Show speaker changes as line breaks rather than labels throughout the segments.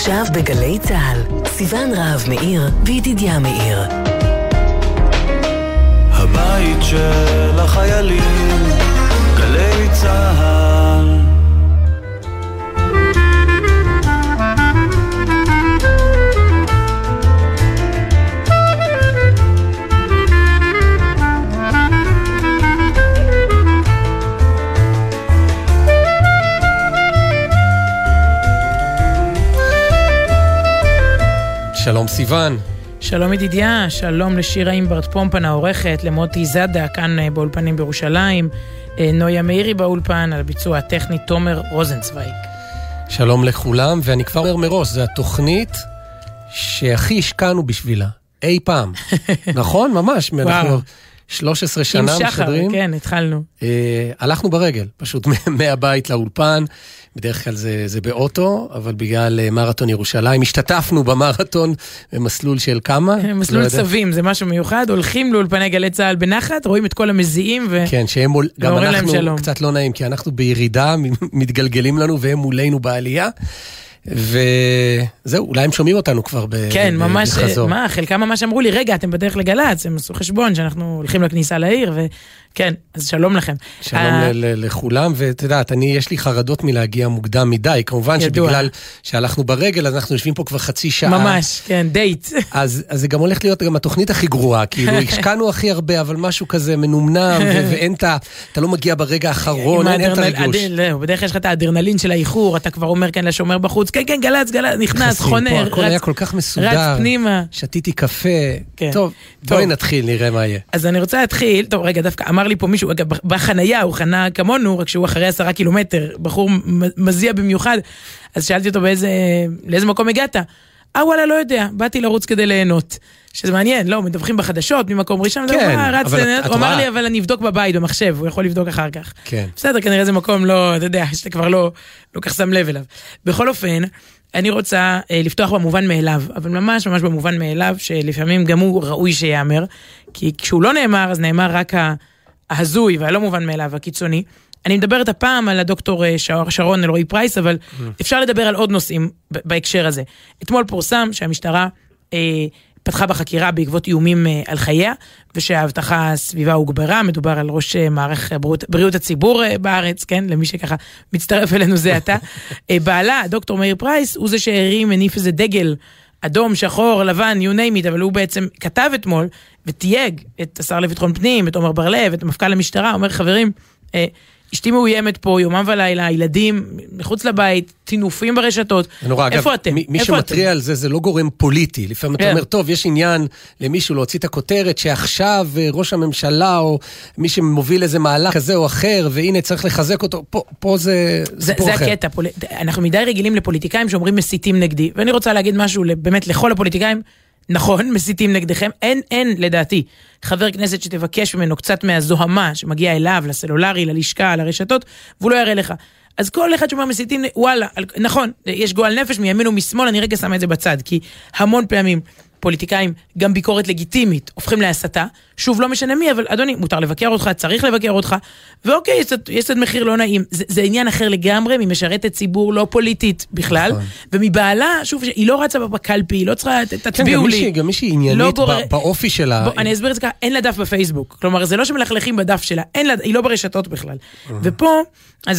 עכשיו בגלי צהל, סיוון רהב מאיר וידידיה מאיר.
הבית של החיילים, גלי צהל.
שלום סיוון.
שלום ידידיה, שלום לשירה אימברט פומפן העורכת, למוטי זדה כאן באולפנים בירושלים, נויה מאירי באולפן, על הביצוע הטכני תומר רוזנצוויג.
שלום לכולם, ואני כבר אומר מראש, זו התוכנית שהכי השקענו בשבילה, אי פעם. נכון? ממש, אנחנו 13 שנה
משדרים.
עם שחר,
כן, התחלנו.
הלכנו ברגל, פשוט מהבית לאולפן, בדרך כלל זה באוטו, אבל בגלל מרתון ירושלים, השתתפנו במרתון במסלול של כמה?
מסלול צווים, זה משהו מיוחד, הולכים לאולפני גלי צהל בנחת, רואים את כל המזיעים
כן, גם אנחנו קצת לא נעים, כי אנחנו בירידה, מתגלגלים לנו, והם מולנו בעלייה, וזהו, אולי הם שומעים אותנו כבר בחזור.
כן, ממש, חלקם ממש אמרו לי, רגע, אתם בדרך לגלץ, הם עשו חשבון שאנחנו הולכים לכניסה לעיר, כן, אז שלום לכם.
שלום לכולם, ותדעת, יש לי חרדות מלהגיע מוקדם מדי, כמובן שבגלל שהלכנו ברגל, אז אנחנו יושבים פה כבר חצי שעה.
ממש, כן, דייט.
אז זה גם הולך להיות גם התוכנית הכי גרועה, כאילו, השקענו הכי הרבה, אבל משהו כזה מנומנם, ואין אתה לא מגיע ברגע האחרון, אין את הרגוש.
בדרך כלל יש לך את האדרנלין של האיחור, אתה כבר אומר כאן לשומר בחוץ, כן, כן, גלץ, נכנס, חונר,
הכל היה כל כך מסודר, שתיתי קפה, טוב, בואי נתחיל, נראה מה יהיה. אז אני רוצה להתחיל, טוב, רגע, דווקא אמר לי פה מישהו,
בחנייה, הוא חנה כמונו, רק שהוא אחרי 10 קילומטר, בחור מזיע במיוחד, אז שאלתי אותו לאיזה מקום הגעת? וואלה, לא יודע, באתי לרוץ כדי ליהנות. שזה מעניין, לא, מדווחים בחדשות, ממקום ראשון, הוא אמר לי, אבל אני אבדוק בבית, במחשב, הוא יכול לבדוק אחר כך. בסדר, כנראה זה מקום לא, אתה יודע, שאתה כבר לא כך שם לב אליו. בכל אופן, אני רוצה לפתוח במובן מאליו, אבל ממש ממש במובן מאליו, שלפעמים גם הוא ראוי שיאמר, כי כשהוא לא נאמר, אז נאמר רק ההזוי והלא מובן מאליו, הקיצוני. אני מדברת הפעם על הדוקטור שרון אלרועי פרייס, אבל אפשר לדבר על עוד נושאים בהקשר הזה. אתמול פורסם שהמשטרה פתחה בחקירה בעקבות איומים על חייה, ושההבטחה הסביבה הוגברה, מדובר על ראש מערך בריאות הציבור בארץ, כן, למי שככה מצטרף אלינו זה עתה. בעלה, דוקטור מאיר פרייס, הוא זה שהרים, מניף איזה דגל אדום, שחור, לבן, you name it, אבל הוא בעצם כתב אתמול, ותייג את השר לביטחון פנים, את עומר בר-לב, את המפכ"ל למשטרה, אומר, חברים, אשתי מאוימת פה, יומם ולילה, ילדים מחוץ לבית, תינופים ברשתות. איפה אתם?
מי שמטריע על זה, זה לא גורם פוליטי. לפעמים אתה אומר, טוב, יש עניין למישהו להוציא את הכותרת, שעכשיו ראש הממשלה, או מי שמוביל איזה מהלך כזה או אחר, והנה צריך לחזק אותו, פה זה סיפור אחר.
זה הקטע. אנחנו מדי רגילים לפוליטיקאים שאומרים מסיתים נגדי, ואני רוצה להגיד משהו באמת לכל הפוליטיקאים, נכון, מסיתים נגדכם, אין לדעתי חבר כנסת שתבקש ממנו קצת מהזוהמה שמגיע אליו, לסלולרי, ללשכה, לרשתות, והוא לא יראה לך. אז כל אחד שאומר מסיתים, וואלה, נכון, יש גועל נפש מימין ומשמאל, אני רגע שמה את זה בצד, כי המון פעמים פוליטיקאים, גם ביקורת לגיטימית, הופכים להסתה, שוב לא משנה מי, אבל אדוני, מותר לבקר אותך, צריך לבקר אותך, ואוקיי, יש את מחיר לא נעים, זה עניין אחר לגמרי, ממשרתת ציבור לא פוליטית בכלל, ומבעלה, שוב, היא לא רצה בקלפי, היא לא צריכה, תצביעו לי.
גם מישהי עניינית באופי שלה.
אני אסביר את זה ככה, אין לה דף בפייסבוק, כלומר, זה לא שמלכלכים בדף שלה, היא לא ברשתות בכלל. ופה, אז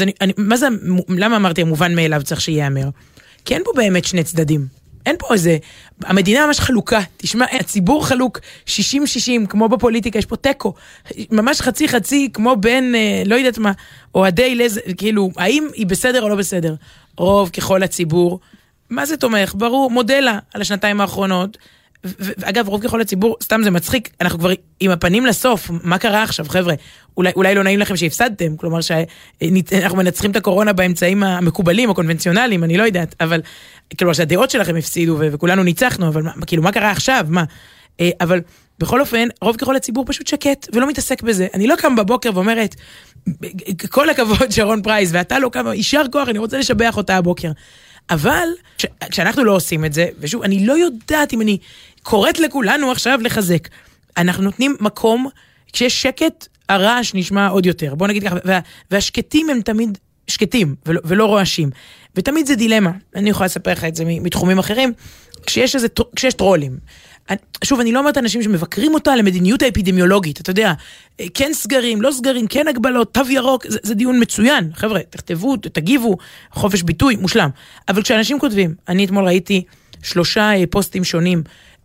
למה אמרתי המובן מאליו צריך שיאמר? כי אין פה באמת שני צדדים. אין פה איזה, המדינה ממש חלוקה, תשמע, הציבור חלוק 60-60, כמו בפוליטיקה, יש פה טקו, ממש חצי-חצי, כמו בין, לא יודעת מה, אוהדי לזה, כאילו, האם היא בסדר או לא בסדר? רוב ככל הציבור, מה זה תומך? ברור, מודלה על השנתיים האחרונות, ואגב, רוב ככל הציבור, סתם זה מצחיק, אנחנו כבר עם הפנים לסוף, מה קרה עכשיו, חבר'ה? אולי לא נעים לכם שהפסדתם, כלומר שאנחנו מנצחים את הקורונה באמצעים המקובלים, הקונבנציונליים, אני לא יודעת, אבל, כלומר שהדעות שלכם הפסידו וכולנו ניצחנו, אבל כאילו, מה קרה עכשיו? מה? אבל בכל אופן, רוב ככל הציבור פשוט שקט ולא מתעסק בזה. אני לא קם בבוקר ואומרת, כל הכבוד שרון פרייס, ואתה לא קם, יישר כוח, אני רוצה לשבח אותה הבוקר. אבל, כשאנחנו לא עושים את זה, ושוב, אני לא יודעת אם אני קוראת לכולנו עכשיו לחזק. אנחנו נותנים מקום, כשיש שקט, הרעש נשמע עוד יותר. בוא נגיד ככה, והשקטים הם תמיד שקטים, ולא רועשים. ותמיד זה דילמה, אני יכולה לספר לך את זה מתחומים אחרים, כשיש טרולים. שוב, אני לא אומרת אנשים שמבקרים אותה למדיניות האפידמיולוגית, אתה יודע, כן סגרים, לא סגרים, כן הגבלות, תו ירוק, זה דיון מצוין, חבר'ה, תכתבו, תגיבו, חופש ביטוי, מושלם. אבל כשאנשים כותבים, אני אתמול ראיתי 3 פוסטים שונים,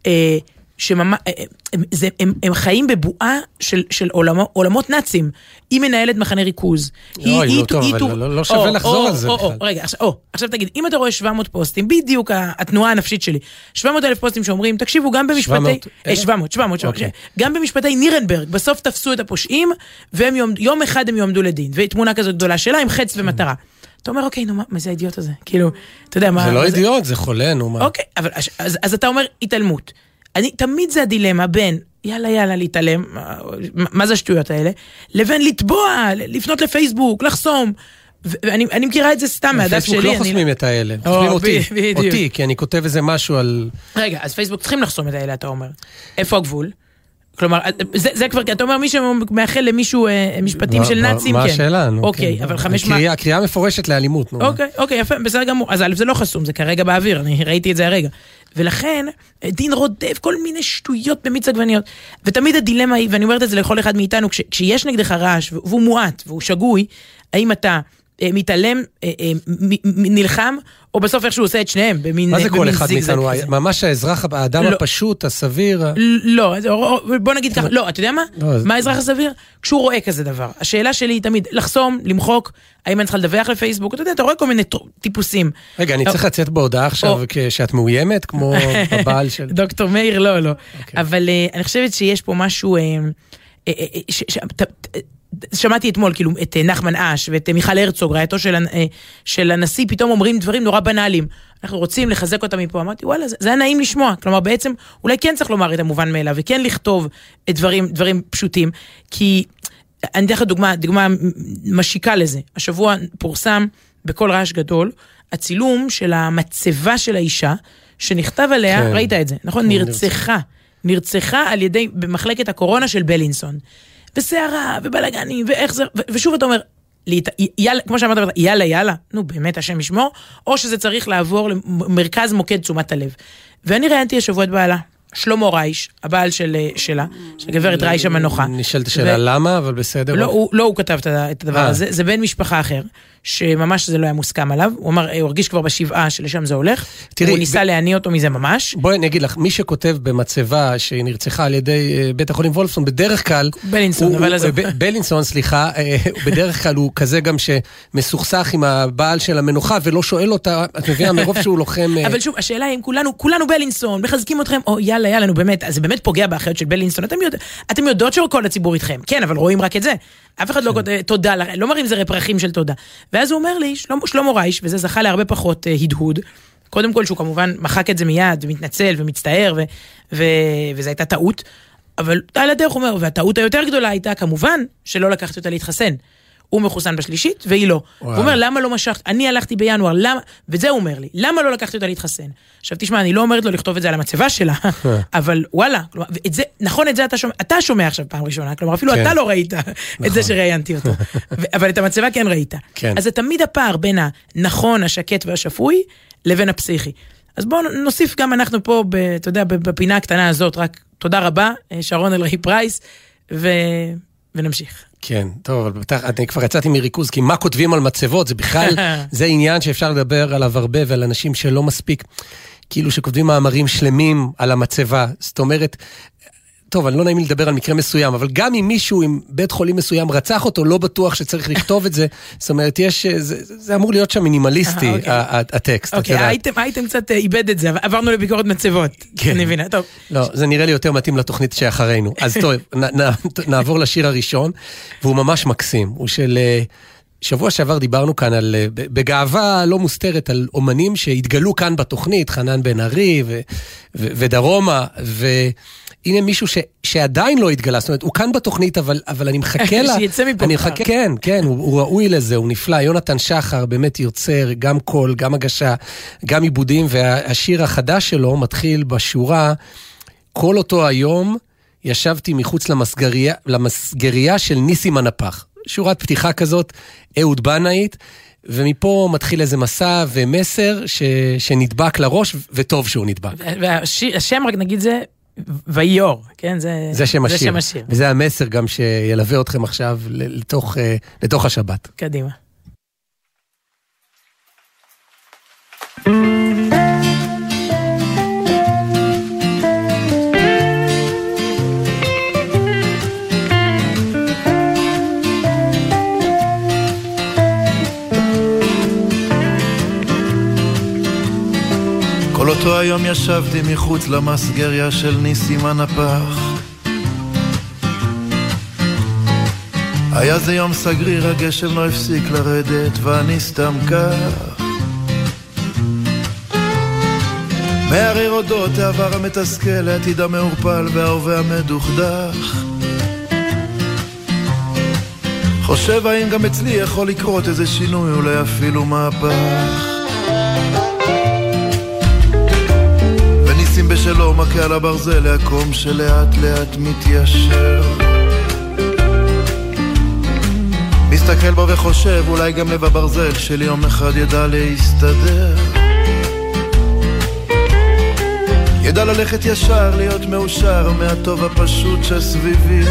הם חיים בבועה של עולמות נאצים. היא מנהלת מחנה ריכוז.
לא שווה לחזור על זה בכלל.
רגע, עכשיו תגיד, אם אתה רואה 700 פוסטים, בדיוק התנועה הנפשית שלי, 700,000 פוסטים שאומרים, תקשיבו, גם במשפטי, 700, גם במשפטי נירנברג, בסוף תפסו את הפושעים, ויום אחד הם יועמדו לדין, ותמונה כזאת גדולה שלה עם חץ ומטרה. אתה אומר, אוקיי, נו, מה זה האידיוט הזה? כאילו, אתה יודע מה...
זה לא אידיוט, זה חולה, נו, מה?
אוקיי, אז אתה אומר, התעלמות. תמיד זה הדילמה בין, יאללה, להתעלם, מה זה השטויות האלה, לבין לתבוע, לפנות לפייסבוק, לחסום, ואני מכירה את זה סתם מהדף שלי.
פייסבוק לא חוסמים את האלה, חוסמים אותי, כי אני כותב איזה משהו על...
רגע, אז פייסבוק צריכים לחסום את האלה, אתה אומר. איפה הגבול? כלומר, זה כבר, אתה אומר, מי שמאחל למישהו משפטים של נאצים, כן.
מה השאלה?
אוקיי, אבל 5...
קריאה מפורשת לאלימות.
אוקיי, יפה, בסדר גמור. אז זה לא חסום, זה כרגע באוויר, אני ראיתי את זה הרגע. ולכן, דין רודף כל מיני שטויות במיץ עגבניות. ותמיד הדילמה היא, ואני אומרת את זה לכל אחד מאיתנו, כשיש נגדך רעש, והוא מועט, והוא שגוי, האם אתה מתעלם, נלחם, או בסוף איך שהוא עושה את שניהם, במין
מה זה כל אחד מאיתנו? ממש האזרח, האדם הפשוט, הסביר?
לא, בוא נגיד ככה, לא, אתה יודע מה? מה האזרח הסביר? כשהוא רואה כזה דבר. השאלה שלי היא תמיד לחסום, למחוק, האם אני צריכה לדווח לפייסבוק, אתה יודע, אתה רואה כל מיני טיפוסים.
רגע, אני צריך לצאת בהודעה עכשיו כשאת מאוימת, כמו בבעל של...
דוקטור מאיר, לא. אבל אני חושבת שיש פה משהו... שמעתי אתמול כאילו את נחמן אש ואת מיכל הרצוג, רעייתו של הנשיא, פתאום אומרים דברים נורא בנאליים. אנחנו רוצים לחזק אותם מפה. אמרתי, וואלה, זה היה נעים לשמוע. כלומר, בעצם אולי כן צריך לומר את המובן מאליו, וכן לכתוב את דברים פשוטים, כי אני אתן לך דוגמה משיקה לזה. השבוע פורסם בכל רעש גדול, הצילום של המצבה של האישה, שנכתב עליה, כן. ראית את זה, נכון? נרצחה על ידי, במחלקת הקורונה של בלינסון. וסערה, ובלגנים, ואיך זה, ושוב אתה אומר, כמו שאמרת, יאללה, נו באמת השם ישמור, או שזה צריך לעבור למרכז מוקד תשומת הלב. ואני ראיינתי השבוע את בעלה, שלמה רייש, הבעל שלה, של גברת רייש המנוחה.
נשאלת השאלה למה, אבל בסדר.
לא הוא כתב את הדבר הזה, זה בן משפחה אחר, שממש זה לא היה מוסכם עליו, הוא אמר, הוא הרגיש כבר בשבעה שלשם זה הולך, הוא ניסה להניע אותו מזה ממש.
בואי אני אגיד לך, מי שכותב במצבה שהיא נרצחה על ידי בית החולים וולפסון, בדרך כלל, בלינסון, סליחה, בדרך כלל הוא כזה גם שמסוכסך עם הבעל של המנוחה, ולא שואל אותה, את מבינה מרוב שהוא לוחם...
אבל שוב, השאלה היא, כולנו בלינסון, מחזקים אתכם, או יאללה, נו באמת, אז זה באמת פוגע באחיות של בלינסון, אתם יודעות שכל הציבור איתכם, כן, אבל רואים רק את זה. אף אחד לא תודה, לא מראים זה פרחים של תודה. ואז הוא אומר לי, שלמה רייש, וזה זכה להרבה פחות הדהוד, קודם כל שהוא כמובן מחק את זה מיד, ומתנצל ומצטער, וזו הייתה טעות, אבל על הדרך הוא אומר, והטעות היותר גדולה הייתה כמובן, שלא לקחת אותה להתחסן. הוא מחוסן בשלישית, והיא לא. הוא אומר, למה לא משכת? אני הלכתי בינואר, למה? וזה הוא אומר לי, למה לא לקחתי אותה להתחסן? עכשיו תשמע, אני לא אומרת לו לכתוב את זה על המצבה שלה, אבל וואלה, נכון, את זה אתה שומע עכשיו פעם ראשונה, כלומר אפילו אתה לא ראית את זה שראיינתי אותו, אבל את המצבה כן ראית. אז זה תמיד הפער בין הנכון, השקט והשפוי, לבין הפסיכי. אז בואו נוסיף גם אנחנו פה, אתה יודע, בפינה הקטנה הזאת, רק תודה רבה, שרון אלרעי פרייס, ונמשיך.
כן, טוב, אבל אני כבר יצאתי מריכוז, כי מה כותבים על מצבות, זה בכלל, זה עניין שאפשר לדבר עליו הרבה, ועל אנשים שלא מספיק, כאילו שכותבים מאמרים שלמים על המצבה, זאת אומרת, טוב, אני לא נעים לי לדבר על מקרה מסוים, אבל גם אם מישהו עם בית חולים מסוים רצח אותו, לא בטוח שצריך לכתוב את זה, זאת אומרת, זה אמור להיות שם מינימליסטי, הטקסט.
אוקיי, הייתם קצת איבד את זה, עברנו לביקורת מצבות, אני מבינה, טוב.
לא, זה נראה לי יותר מתאים לתוכנית שאחרינו. אז טוב, נעבור לשיר הראשון, והוא ממש מקסים, הוא של... שבוע שעבר דיברנו כאן בגאווה לא מוסתרת על אומנים שהתגלו כאן בתוכנית, חנן בן ארי ודרומה, הנה מישהו שעדיין לא התגלה, זאת אומרת, הוא כאן בתוכנית, אבל אני מחכה לה.
שיצא מפה.
כן, הוא ראוי לזה, הוא נפלא. יונתן שחר באמת יוצר גם קול, גם הגשה, גם עיבודים, והשיר החדש שלו מתחיל בשורה, כל אותו היום ישבתי מחוץ למסגריה של ניסים הנפח. שורת פתיחה כזאת, אהוד בנאית, ומפה מתחיל איזה מסע ומסר שנדבק לראש, וטוב שהוא נדבק.
והשם, רק נגיד זה, ויור, כן?
זה שם השיר. וזה המסר גם שילווה אתכם עכשיו לתוך השבת.
קדימה.
כל אותו היום ישבתי מחוץ למסגריה של ניסים הנפח. היה זה יום סגריר, הגשם לא הפסיק לרדת ואני סתם כך מהרי רודות העבר המתסכל, העתיד המעורפל וההווה המדוכדך. חושב האם גם אצלי יכול לקרות איזה שינוי, אולי אפילו מהפך. וניסים בשלו מכה על הברזל, להקום שלאט לאט מתיישר. מסתכל בו וחושב, אולי גם לב הברזל שלי יום אחד ידע להסתדר. ידע ללכת ישר, להיות מאושר מהטוב הפשוט שסביבי.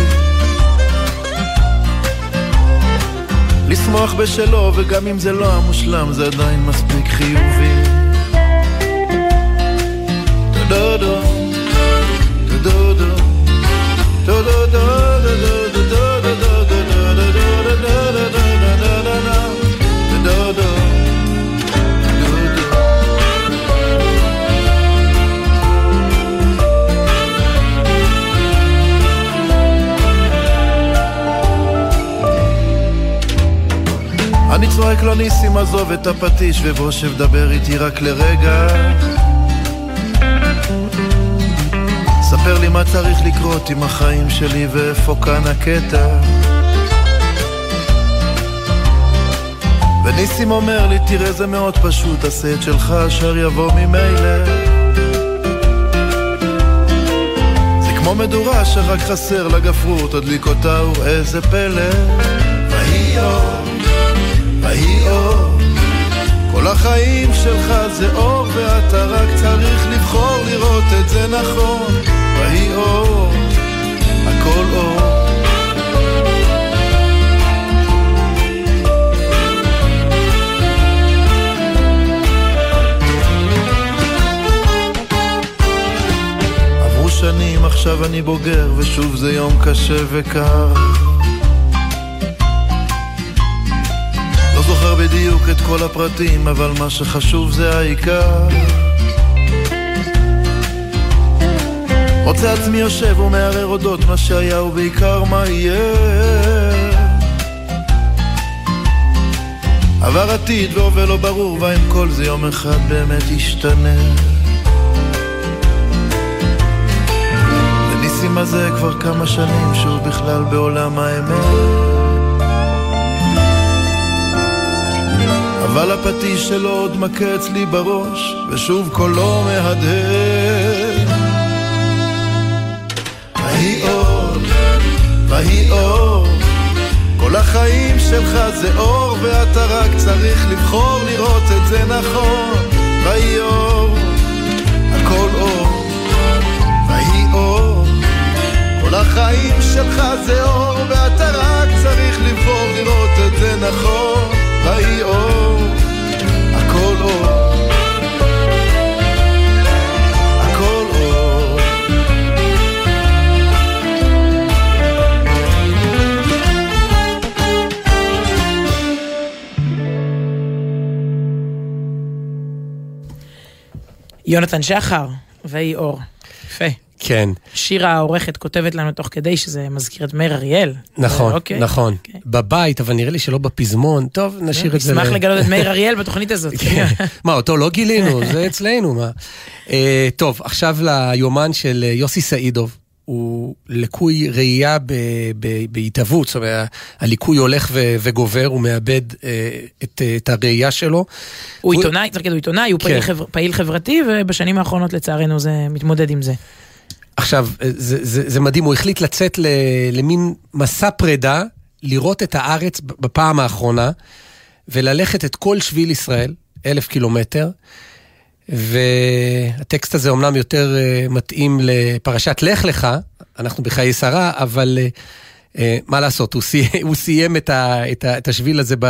לשמוח בשלו, וגם אם זה לא המושלם, זה עדיין מספיק חיובי. דודו, דודו, דודו, דודו, אני צועק לו ניסים עזוב את הפטיש ובוא שדבר איתי רק לרגע. ספר לי מה צריך לקרות עם החיים שלי ואיפה כאן הקטע. וניסים אומר לי תראה זה מאוד פשוט, עשה את שלך אשר יבוא ממילא. זה כמו מדורה שרק חסר לגפרות, תדליק אותה ואיזה פלא. ויהי אור, ויהי אור, כל החיים שלך זה אור ואתה רק צריך לבחור לראות את זה נכון. ויהי אור, הכל אור. עברו שנים, עכשיו אני בוגר ושוב זה יום קשה וקר. לא זוכר בדיוק את כל הפרטים, אבל מה שחשוב זה העיקר. רוצה עצמי יושב ומערר אודות מה שהיה ובעיקר מה יהיה. עבר עתיד והווה לא ברור, והאם כל זה יום אחד באמת ישתנה. וניסים הזה כבר כמה שנים שהוא בכלל בעולם האמת, אבל הפטיש שלו עוד מכה אצלי בראש ושוב קולו מהדהד. ויהי אור, ויהי אור, כל החיים שלך זה אור ואתה רק צריך לבחור לראות את זה נכון. ויהי אור, הכל אור. ויהי אור, כל החיים שלך זה אור ואתה רק צריך לבחור לראות את זה נכון. ויהי אור, הכל אור, הכל אור.
יונתן שחר, ויהי אור. יפה.
כן.
שירה העורכת כותבת לנו תוך כדי שזה מזכיר את מאיר אריאל.
נכון,
אוקיי.
נכון. בבית, אבל נראה לי שלא בפזמון. טוב, נשאיר את זה.
נשמח לגלות את מאיר אריאל בתוכנית הזאת.
מה, אותו לא גילינו, זה אצלנו, מה. טוב, עכשיו ליומן של יוסי סעידוב. הוא לקוי ראייה בהתהוות, זאת אומרת, הליקוי הולך וגובר, הוא מאבד את הראייה שלו.
הוא עיתונאי, צריך להגיד, הוא עיתונאי, הוא פעיל חברתי, ובשנים האחרונות לצערנו זה מתמודד עם זה.
עכשיו, זה מדהים, הוא החליט לצאת למין מסע פרידה, לראות את הארץ בפעם האחרונה, וללכת את כל שביל ישראל, 1,000 קילומטר, והטקסט הזה אומנם יותר מתאים לפרשת לך לך, אנחנו בחיי שרה, אבל מה לעשות, הוא סיים את השביל הזה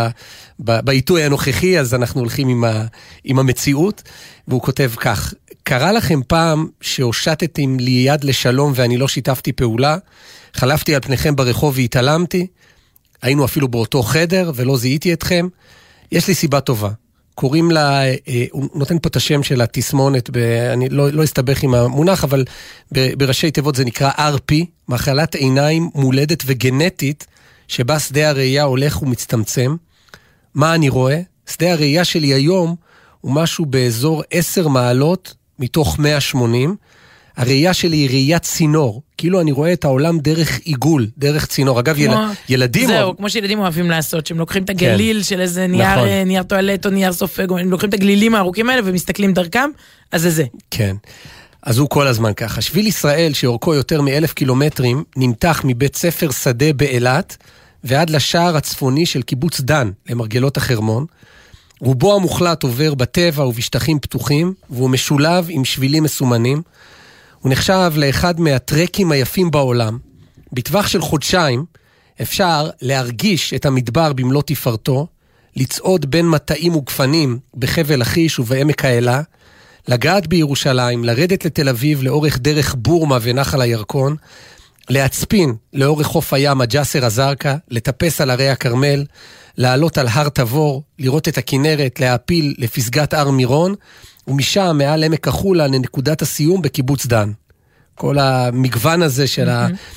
בעיתוי הנוכחי, אז אנחנו הולכים עם המציאות, והוא כותב כך, קרה לכם פעם שהושטתם לי יד לשלום ואני לא שיתפתי פעולה, חלפתי על פניכם ברחוב והתעלמתי, היינו אפילו באותו חדר ולא זיהיתי אתכם, יש לי סיבה טובה. קוראים לה, הוא נותן פה את השם של התסמונת, אני לא אסתבך עם המונח, אבל בראשי תיבות זה נקרא RP, מחלת עיניים מולדת וגנטית, שבה שדה הראייה הולך ומצטמצם. מה אני רואה? שדה הראייה שלי היום הוא משהו באזור 10 מעלות מתוך 180, הראייה שלי היא ראיית צינור, כאילו אני רואה את העולם דרך עיגול, דרך צינור. אגב, ילדים...
זהו, כמו שילדים אוהבים לעשות, שהם לוקחים את הגליל של איזה נייר טואלט או נייר סופג, הם לוקחים את הגלילים הארוכים האלה ומסתכלים דרכם, אז זה.
כן, אז הוא כל הזמן ככה. שביל ישראל, שאורכו יותר מ1,000 קילומטרים, נמתח מבית ספר שדה באילת, ועד לשער הצפוני של קיבוץ דן, למרגלות החרמון. רובו המוחלט עובר בטבע ובשטחים פתוחים, והוא משולב עם שבילים מסומנים. הוא נחשב לאחד מהטרקים היפים בעולם. בטווח של חודשיים אפשר להרגיש את המדבר במלוא תפארתו, לצעוד בין מטעים וגפנים בחבל לכיש ובעמק האלה, לגעת בירושלים, לרדת לתל אביב לאורך דרך בורמה ונחל הירקון, להצפין לאורך חוף הים הג'סר הזרקה, לטפס על הרי הכרמל, לעלות על הר תבור, לראות את הכנרת, להפיל לפסגת הר מירון, ומשם מעל עמק החולה לנקודת הסיום בקיבוץ דן. כל המגוון הזה של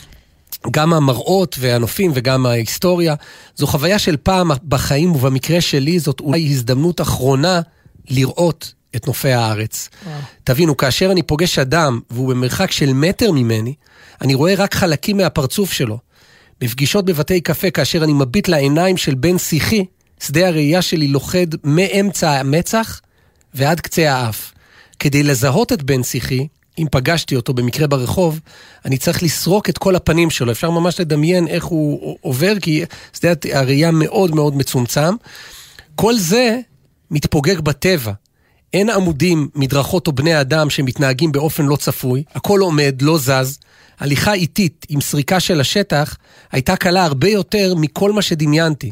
גם המראות והנופים וגם ההיסטוריה, זו חוויה של פעם בחיים, ובמקרה שלי זאת אולי הזדמנות אחרונה לראות את נופי הארץ. תבינו, כאשר אני פוגש אדם והוא במרחק של מטר ממני, אני רואה רק חלקים מהפרצוף שלו. בפגישות בבתי קפה, כאשר אני מביט לעיניים של בן שיחי, שדה הראייה שלי לוחד מאמצע המצח ועד קצה האף. כדי לזהות את בן שיחי, אם פגשתי אותו במקרה ברחוב, אני צריך לסרוק את כל הפנים שלו. אפשר ממש לדמיין איך הוא עובר, כי שדה הראייה מאוד מאוד מצומצם. כל זה מתפוגג בטבע. אין עמודים, מדרכות או בני אדם שמתנהגים באופן לא צפוי. הכל עומד, לא זז. הליכה איטית עם סריקה של השטח הייתה קלה הרבה יותר מכל מה שדמיינתי.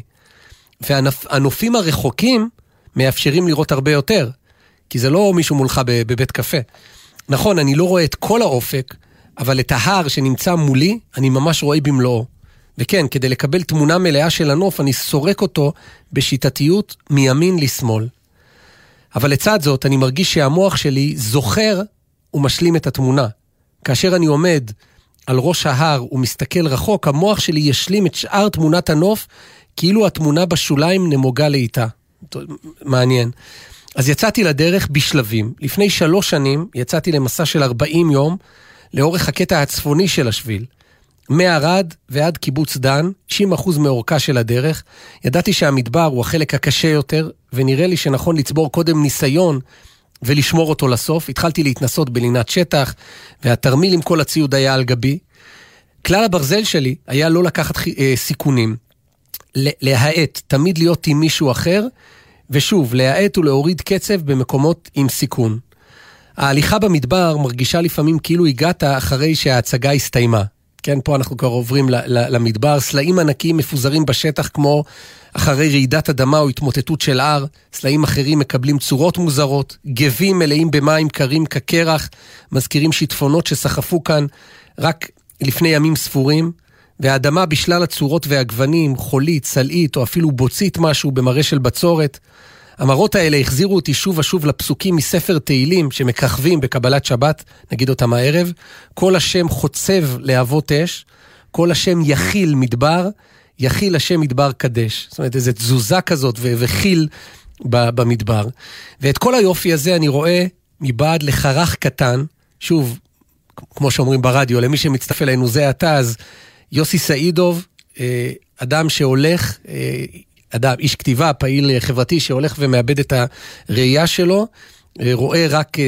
והנופים הרחוקים מאפשרים לראות הרבה יותר. כי זה לא מישהו מולך בבית קפה. נכון, אני לא רואה את כל האופק, אבל את ההר שנמצא מולי, אני ממש רואה במלואו. וכן, כדי לקבל תמונה מלאה של הנוף, אני סורק אותו בשיטתיות מימין לשמאל. אבל לצד זאת, אני מרגיש שהמוח שלי זוכר ומשלים את התמונה. כאשר אני עומד על ראש ההר ומסתכל רחוק, המוח שלי ישלים את שאר תמונת הנוף, כאילו התמונה בשוליים נמוגה לאיתה. מעניין. אז יצאתי לדרך בשלבים. לפני 3 שנים יצאתי למסע של 40 יום, לאורך הקטע הצפוני של השביל. מערד ועד קיבוץ דן, 90% מאורכה של הדרך. ידעתי שהמדבר הוא החלק הקשה יותר, ונראה לי שנכון לצבור קודם ניסיון, ולשמור אותו לסוף. התחלתי להתנסות בלינת שטח, והתרמיל עם כל הציוד היה על גבי. כלל הברזל שלי היה לא לקחת סיכונים. להעט, תמיד להיות עם מישהו אחר, ושוב, להעט ולהוריד קצב במקומות עם סיכון. ההליכה במדבר מרגישה לפעמים כאילו הגעת אחרי שההצגה הסתיימה. כן, פה אנחנו כבר עוברים למדבר, סלעים ענקיים מפוזרים בשטח כמו אחרי רעידת אדמה או התמוטטות של הר, סלעים אחרים מקבלים צורות מוזרות, גבים מלאים במים קרים כקרח, מזכירים שיטפונות שסחפו כאן רק לפני ימים ספורים, והאדמה בשלל הצורות והגוונים, חולית, צלעית או אפילו בוצית משהו במראה של בצורת. המראות האלה החזירו אותי שוב ושוב לפסוקים מספר תהילים שמככבים בקבלת שבת, נגיד אותם הערב. כל השם חוצב להבות אש, כל השם יחיל מדבר, יחיל השם מדבר קדש. זאת אומרת, איזו תזוזה כזאת וחיל במדבר. ואת כל היופי הזה אני רואה מבעד לחרך קטן, שוב, כמו שאומרים ברדיו, למי שמצטרף אלינו זה אתה, אז יוסי סעידוב, אדם שהולך, איש כתיבה, פעיל חברתי שהולך ומאבד את הראייה שלו, רואה רק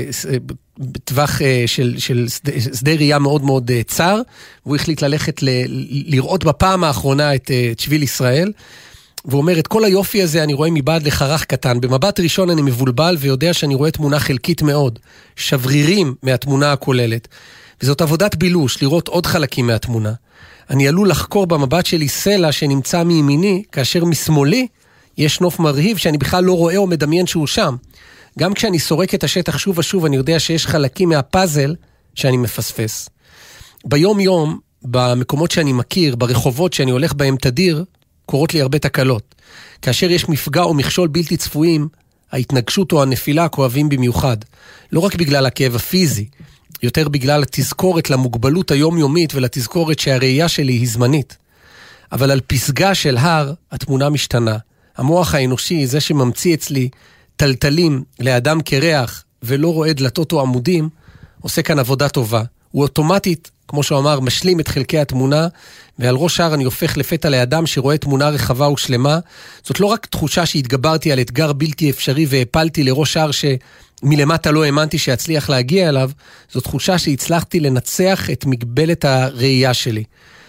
בטווח של שדה ראייה מאוד מאוד צר, והוא החליט ללכת לראות בפעם האחרונה את שביל ישראל, והוא אומר, את כל היופי הזה אני רואה מבעד לחרך קטן. במבט ראשון אני מבולבל ויודע שאני רואה תמונה חלקית מאוד, שברירים מהתמונה הכוללת. וזאת עבודת בילוש, לראות עוד חלקים מהתמונה. אני עלול לחקור במבט שלי סלע שנמצא מימיני, כאשר משמאלי יש נוף מרהיב שאני בכלל לא רואה או מדמיין שהוא שם. גם כשאני סורק את השטח שוב ושוב, אני יודע שיש חלקים מהפאזל שאני מפספס. ביום יום, במקומות שאני מכיר, ברחובות שאני הולך בהם תדיר, קורות לי הרבה תקלות. כאשר יש מפגע או מכשול בלתי צפויים, ההתנגשות או הנפילה כואבים במיוחד. לא רק בגלל הכאב הפיזי, יותר בגלל התזכורת למוגבלות היומיומית ולתזכורת שהראייה שלי היא זמנית. אבל על פסגה של הר, התמונה משתנה. המוח האנושי, זה שממציא אצלי טלטלים לאדם כריח ולא רואה דלתות או עמודים, עושה כאן עבודה טובה. הוא אוטומטית, כמו שהוא אמר, משלים את חלקי התמונה, ועל ראש הר אני הופך לפתע לאדם שרואה תמונה רחבה ושלמה. זאת לא רק תחושה שהתגברתי על אתגר בלתי אפשרי והפלתי לראש הר שמלמטה לא האמנתי שאצליח להגיע אליו, זאת תחושה שהצלחתי לנצח את מגבלת הראייה שלי.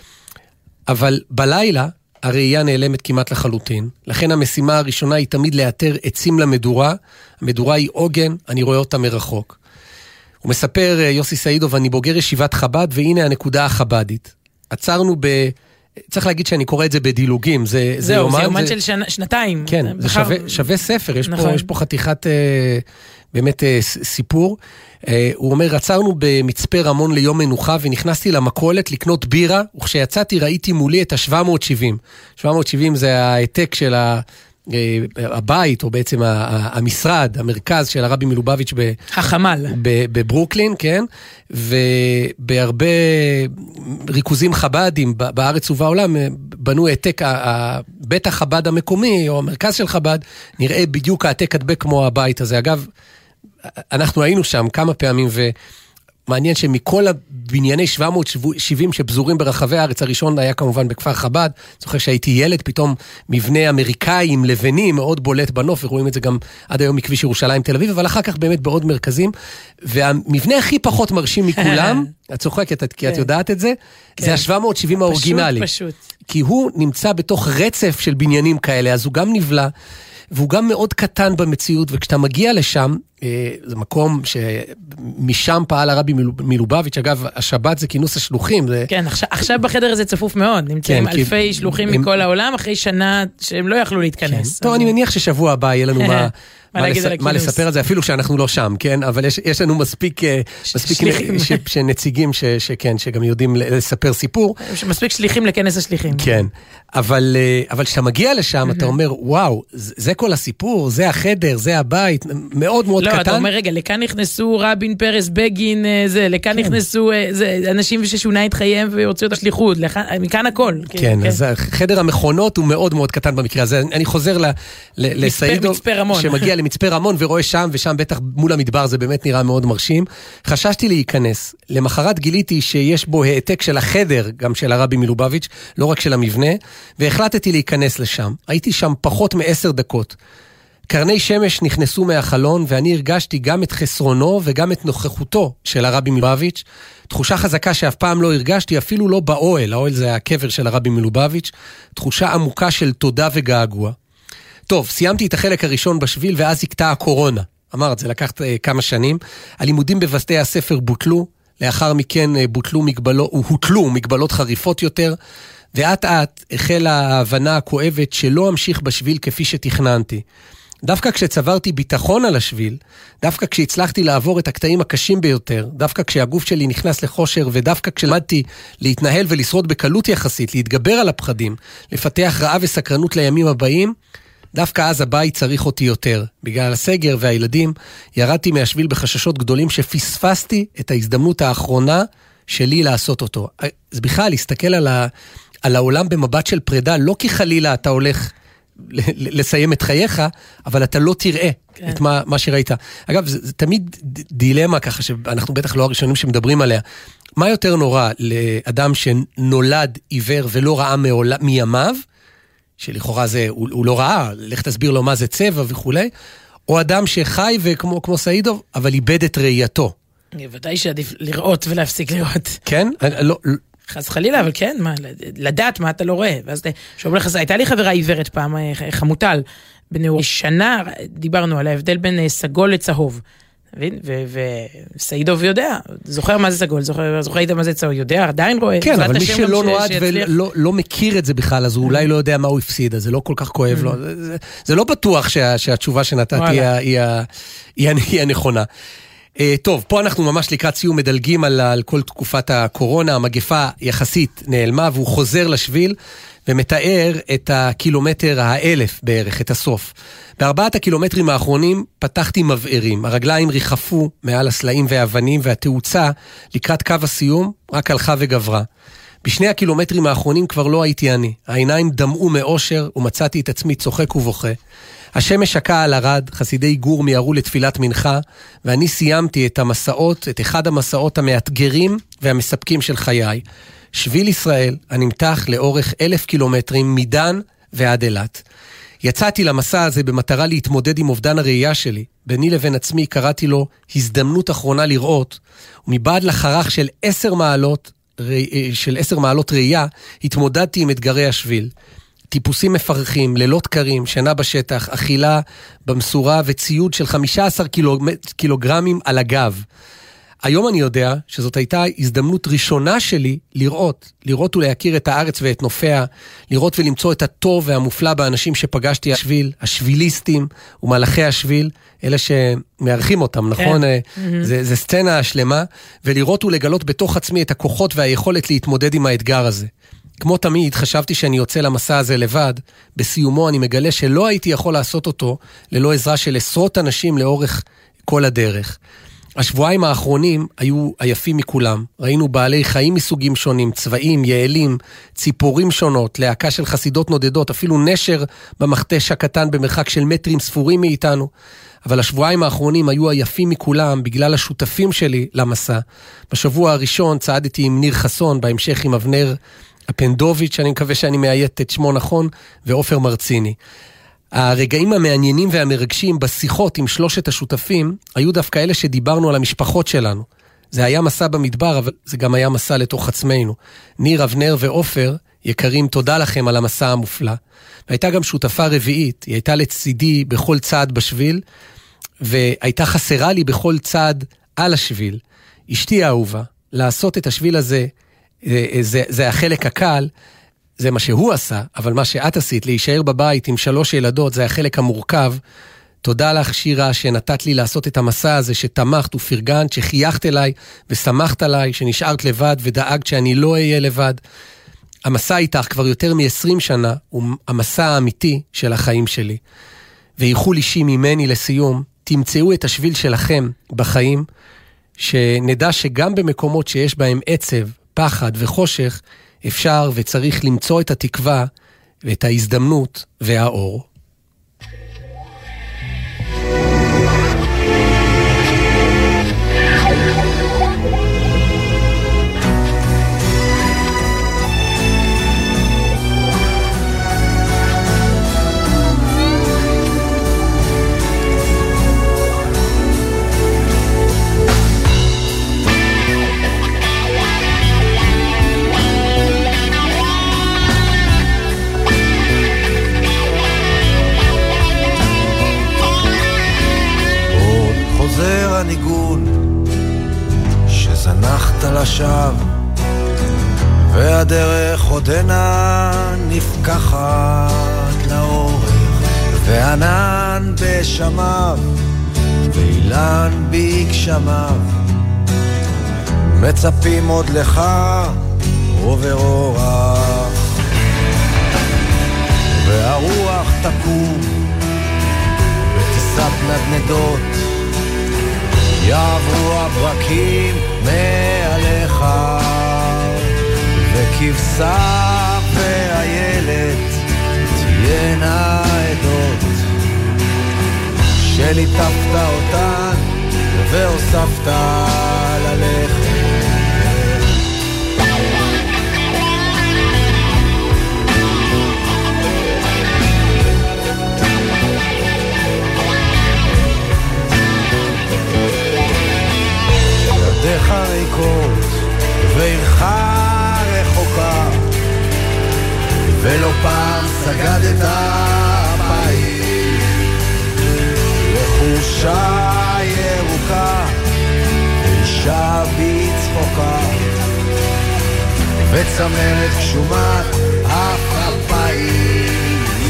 אבל בלילה הראייה נעלמת כמעט לחלוטין. לכן המשימה הראשונה היא תמיד לאתר עצים למדורה. המדורה היא עוגן, אני רואה אותה מרחוק. הוא מספר, יוסי סעידוב, אני בוגר ישיבת חב"ד, והנה הנקודה החב"דית. עצרנו צריך להגיד שאני קורא את זה בדילוגים.
זה יומן של שנתיים.
כן, זה שווה ספר, יש פה חתיכת באמת סיפור. הוא אומר, עצרנו במצפה רמון ליום מנוחה, ונכנסתי למכולת לקנות בירה, וכשיצאתי ראיתי מולי את ה-770. 770 זה העתק של הבית, או בעצם המשרד, המרכז של הרבי מלובביץ'
החמל.
בברוקלין, כן? ובהרבה ריכוזים חב"דים בארץ ובעולם, בנו העתק, בית החב"ד המקומי, או המרכז של חב"ד, נראה בדיוק העתק הדבק כמו הבית הזה. אגב, אנחנו היינו שם כמה פעמים, ומעניין שמכל הבנייני 770 שבזורים ברחבי הארץ, הראשון היה כמובן בכפר חב"ד. זוכר שהייתי ילד, פתאום מבנה אמריקאי עם לבנים, מאוד בולט בנוף, ורואים את זה גם עד היום מכביש ירושלים תל אביב, אבל אחר כך באמת בעוד מרכזים. והמבנה הכי פחות מרשים מכולם, את צוחקת, כי את יודעת את זה, זה ה-770 האורגינלי.
פשוט.
כי הוא נמצא בתוך רצף של בניינים כאלה, אז הוא גם נבלה, והוא גם מאוד קטן במציאות, וכשאתה מגיע לשם, זה מקום שמשם פעל הרבי מלובביץ', אגב, השבת זה כינוס השלוחים.
כן, עכשיו בחדר הזה צפוף מאוד, נמצאים אלפי שלוחים מכל העולם, אחרי שנה שהם לא יכלו להתכנס.
טוב, אני מניח ששבוע הבא יהיה לנו מה לספר על זה, אפילו שאנחנו לא שם, כן? אבל יש לנו מספיק נציגים שגם יודעים לספר סיפור.
מספיק שליחים לכנס השליחים.
כן, אבל כשאתה מגיע לשם, אתה אומר, וואו, זה כל הסיפור, זה החדר, זה הבית, מאוד מאוד קטן.
לא, אתה אומר, רגע, לכאן נכנסו רבין, פרס, בגין, לכאן נכנסו אנשים ששונה את חייהם והוציאו את השליחות, מכאן הכל.
כן, אז חדר המכונות הוא מאוד מאוד קטן במקרה הזה. אני חוזר לסעידוב, שמגיע למצפה רמון ורואה שם, ושם בטח מול המדבר זה באמת נראה מאוד מרשים. חששתי להיכנס. למחרת גיליתי שיש בו העתק של החדר, גם של הרבי מלובביץ', לא רק של המבנה, והחלטתי להיכנס לשם. הייתי שם פחות מ10 דקות. קרני שמש נכנסו מהחלון, ואני הרגשתי גם את חסרונו וגם את נוכחותו של הרבי מלובביץ'. תחושה חזקה שאף פעם לא הרגשתי, אפילו לא באוהל. האוהל זה הקבר של הרבי מלובביץ'. תחושה עמוקה של תודה וגעגוע. טוב, סיימתי את החלק הראשון בשביל, ואז הקטעה הקורונה. אמרת, זה לקח כמה שנים. הלימודים בבתי הספר בוטלו, לאחר מכן הוטלו מגבלות חריפות יותר, ואת החלה ההבנה הכואבת שלא אמשיך בשביל כפי שתכננתי. דווקא כשצברתי ביטחון על השביל, דווקא כשהצלחתי לעבור את הקטעים הקשים ביותר, דווקא כשהגוף שלי נכנס לחושר, ודווקא כשלמדתי להתנהל ולשרוד בקלות יחסית, להתגבר על הפחדים, לפתח רעב וסקרנות לימים הבאים, דווקא אז הבית צריך אותי יותר. בגלל הסגר והילדים, ירדתי מהשביל בחששות גדולים שפספסתי את ההזדמנות האחרונה שלי לעשות אותו. אז בכלל, להסתכל על העולם במבט של פרידה, לא כי חלילה אתה הולך לסיים את חייך, אבל אתה לא תראה את מה שראית. אגב, זה תמיד דילמה ככה, שאנחנו בטח לא הראשונים שמדברים עליה. מה יותר נורא לאדם שנולד עיוור ולא ראה מימיו, שלכאורה זה, הוא לא ראה, לך תסביר לו מה זה צבע וכו', או אדם שחי וכמו סעידוב, אבל איבד את ראייתו.
ודאי שעדיף לראות ולהפסיק לראות.
כן?
חס חלילה, אבל כן, מה, לדעת מה אתה לא רואה. ואז שאומר לך, הייתה לי חברה עיוורת פעם, חמוטל, בנאור שנה, דיברנו על ההבדל בין סגול לצהוב. וסעידוב יודע, זוכר מה זה סגול, זוכר איתה מה זה צהוב, יודע, עדיין רואה.
כן, אבל מי שלא נועד ולא מכיר את זה בכלל, אז הוא אולי לא יודע מה הוא הפסיד, אז זה לא כל כך כואב לו. זה לא בטוח שהתשובה שנתתי היא הנכונה. טוב, פה אנחנו ממש לקראת סיום מדלגים על כל תקופת הקורונה, המגפה יחסית נעלמה, והוא חוזר לשביל, ומתאר את הקילומטר האלף בערך, את הסוף. ב4 הקילומטרים האחרונים פתחתי מבערים, הרגליים ריחפו מעל הסלעים והאבנים, והתאוצה לקראת קו הסיום רק הלכה וגברה. ב2 הקילומטרים האחרונים כבר לא הייתי אני, העיניים דמעו מאושר ומצאתי את עצמי צוחק ובוכה. השמש שקע על הרד, חסידי גור מיהרו לתפילת מנחה, ואני סיימתי את המסעות, את אחד המסעות המאתגרים והמספקים של חיי. שביל ישראל, הנמתח לאורך 1,000 קילומטרים מדן ועד אילת. יצאתי למסע הזה במטרה להתמודד עם אובדן הראייה שלי. ביני לבין עצמי קראתי לו הזדמנות אחרונה לראות, ומבעד לחרך של 10 מעלות ראייה, התמודדתי עם אתגרי השביל. טיפוסים מפרכים, לילות קרים, שינה בשטח, אכילה במסורה וציוד של 15 קילוגרמים על הגב. היום אני יודע שזאת הייתה הזדמנות ראשונה שלי לראות ולהכיר את הארץ ואת נופיה, לראות ולמצוא את הטוב והמופלא באנשים שפגשתי השביל, השביליסטים ומלאכי השביל, אלה שמארחים אותם, נכון? זה סצנה שלמה, ולראות ולגלות בתוך עצמי את הכוחות והיכולת להתמודד עם האתגר הזה. כמו תמיד, חשבתי שאני יוצא למסע הזה לבד, בסיומו אני מגלה שלא הייתי יכול לעשות אותו ללא עזרה של עשרות אנשים לאורך כל הדרך. השבועיים האחרונים היו היפים מכולם. ראינו בעלי חיים מסוגים שונים, צבעים, יעלים, ציפורים שונות, להקה של חסידות נודדות, אפילו נשר במכתש הקטן במרחק של מטרים ספורים מאיתנו. אבל השבועיים האחרונים היו היפים מכולם בגלל השותפים שלי למסע. בשבוע הראשון צעדתי עם ניר חסון, בהמשך עם אבנר הפנדוביץ', שאני מקווה שאני מאיית את שמו נכון, ואופר מרציני. הרגעים המעניינים והמרגשים בשיחות עם 3 השותפים, היו דווקא אלה שדיברנו על המשפחות שלנו. זה היה מסע במדבר, אבל זה גם היה מסע לתוך עצמנו. ניר, אבנר ואופר, יקרים, תודה לכם על המסע המופלא. והייתה גם שותפה רביעית, היא הייתה לצידי בכל צעד בשביל, והייתה חסרה לי בכל צעד על השביל. אשתי האהובה, לעשות את השביל הזה, זה החלק הקל, זה מה שהוא עשה, אבל מה שאת עשית, להישאר בבית עם 3 ילדות, זה החלק המורכב. תודה לך שירה שנתת לי לעשות את המסע הזה, שתמכת ופרגנת, שחייכת אליי ושמחת עליי, שנשארת לבד ודאגת שאני לא אהיה לבד. המסע איתך כבר יותר מ-20 שנה, הוא המסע האמיתי של החיים שלי. ואיחול אישי ממני לסיום, תמצאו את השביל שלכם בחיים, שנדע שגם במקומות שיש בהם עצב, פחד וחושך, אפשר וצריך למצוא את התקווה ואת ההזדמנות והאור.
הניגון שזנחת לשווא והדרך עודנה נפקחת לאורך וענן בשמיו ואילן בגשמיו מצפים עוד לך עובר אורח והרוח תקום בטיסת נדנדות יעברו הברקים מעליך וכבשה והילד תהיינה עדות שליטפת אותן והוספת ללכת ידיך ריקות ועירך פעם סגדת פעיל לחושה ירוקה אישה בצחוקה וצמרת גשומת אפרפאי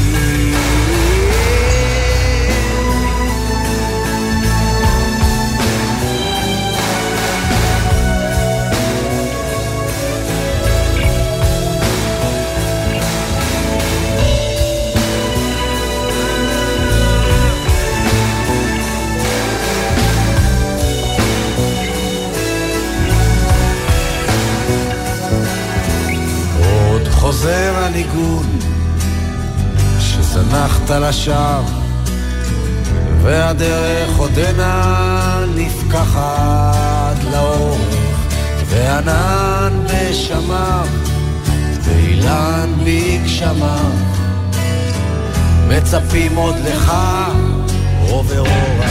חוזר הניגון שזנחת לשווא והדרך עודנה נפקחת לאורך וענן בשמיו ואילן בגשמיו מצפים עוד לך עובר אורה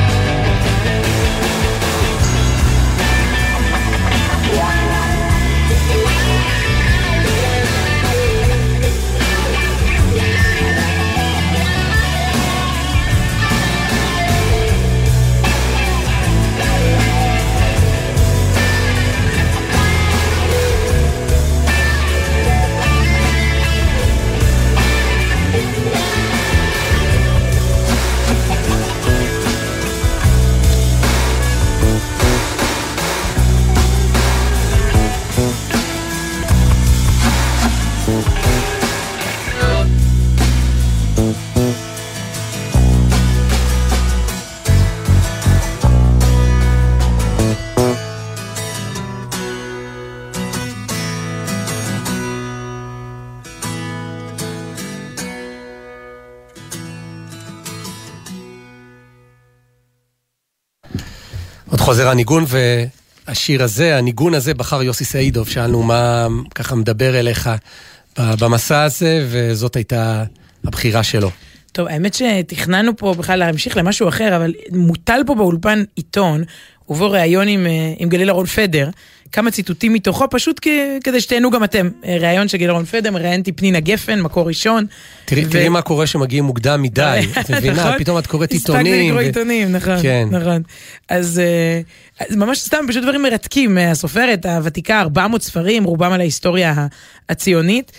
חוזר הניגון, והשיר הזה, הניגון הזה, בחר יוסי סעידוב, שאלנו מה ככה מדבר אליך במסע הזה, וזאת הייתה הבחירה שלו.
טוב, האמת שתכננו פה בכלל להמשיך למשהו אחר, אבל מוטל פה באולפן עיתון, ובו ראיון עם גליל אהרון פדר, כמה ציטוטים מתוכו, פשוט כדי שתהנו גם אתם. ראיון של גליל אהרון פדר, ראיינתי פנינה גפן, מקור ראשון.
תראי מה קורה שמגיעים מוקדם מדי, את מבינה, פתאום את קוראת עיתונים.
הספקתי לקרוא עיתונים, נכון. אז ממש סתם, פשוט דברים מרתקים, הסופרת הוותיקה, 400 ספרים, רובם על ההיסטוריה הציונית,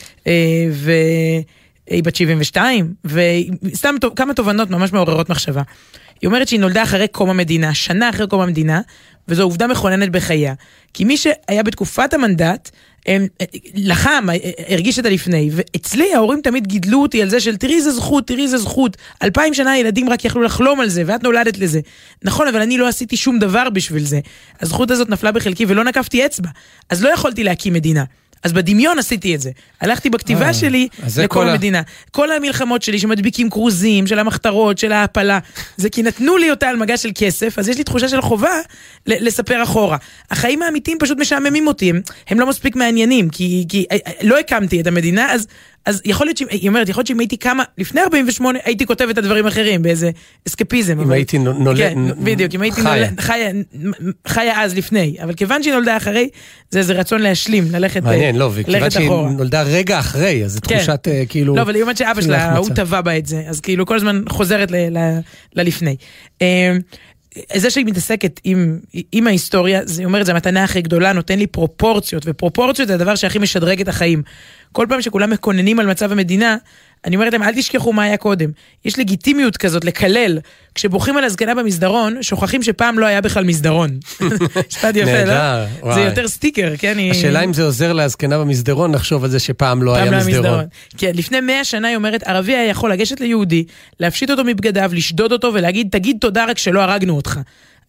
והיא בת 72, וסתם כמה תובנות ממש מעוררות מחשבה. היא אומרת שהיא נולדה אחרי קום המדינה, שנה אחרי קום המדינה, וזו עובדה מכוננת בחייה. כי מי שהיה בתקופת המנדט, לחם, הרגיש את הלפני, ואצלי ההורים תמיד גידלו אותי על זה של תראי איזה זכות, תראי איזה זכות, 2000 שנה הילדים רק יכלו לחלום על זה, ואת נולדת לזה. נכון, אבל אני לא עשיתי שום דבר בשביל זה. הזכות הזאת נפלה בחלקי ולא נקפתי אצבע, אז לא יכולתי להקים מדינה. אז בדמיון עשיתי את זה. הלכתי בכתיבה שלי לכל המדינה. כל המלחמות שלי שמדביקים קרוזים, של המחתרות, של ההפלה, זה כי נתנו לי אותה על מגע של כסף, אז יש לי תחושה של חובה לספר אחורה. החיים האמיתיים פשוט משעממים אותי, הם לא מספיק מעניינים, כי לא הקמתי את המדינה, אז יכול להיות היא אומרת, יכול להיות שאם הייתי כמה, לפני 48, הייתי כותבת את הדברים אחרים, באיזה אסקפיזם.
אם הייתי נולד...
כן, בדיוק, אם הייתי חיה אז לפני, אבל כיוון שהיא נולדה אחרי, זה איזה רצון להשלים, ללכת אחורה.
מעניין, לא, וכיוון שהיא נולדה רגע אחרי, אז זו תחושת כאילו...
לא, אבל היא אומרת שאבא שלה, הוא טבע בה את זה, אז כאילו כל הזמן חוזרת ללפני. זה שהיא מתעסקת עם ההיסטוריה, היא אומרת, זה המתנה הכי גדולה, נותן לי פרופורציות, ופרופורציות זה הדבר שהכי משדרג את החיים. כל פעם שכולם מקוננים על מצב המדינה, אני אומרת להם, אל תשכחו מה היה קודם. יש לגיטימיות כזאת לקלל. כשבוכים על הזקנה במסדרון, שוכחים שפעם לא היה בכלל מסדרון. משפט יפה, לא? זה יותר סטיקר, כן?
השאלה אם זה עוזר להזקנה במסדרון, לחשוב על זה שפעם לא היה מסדרון.
כן, לפני 100 שנה היא אומרת, ערבי היה יכול לגשת ליהודי, להפשיט אותו מבגדיו, לשדוד אותו ולהגיד, תגיד תודה רק שלא הרגנו אותך.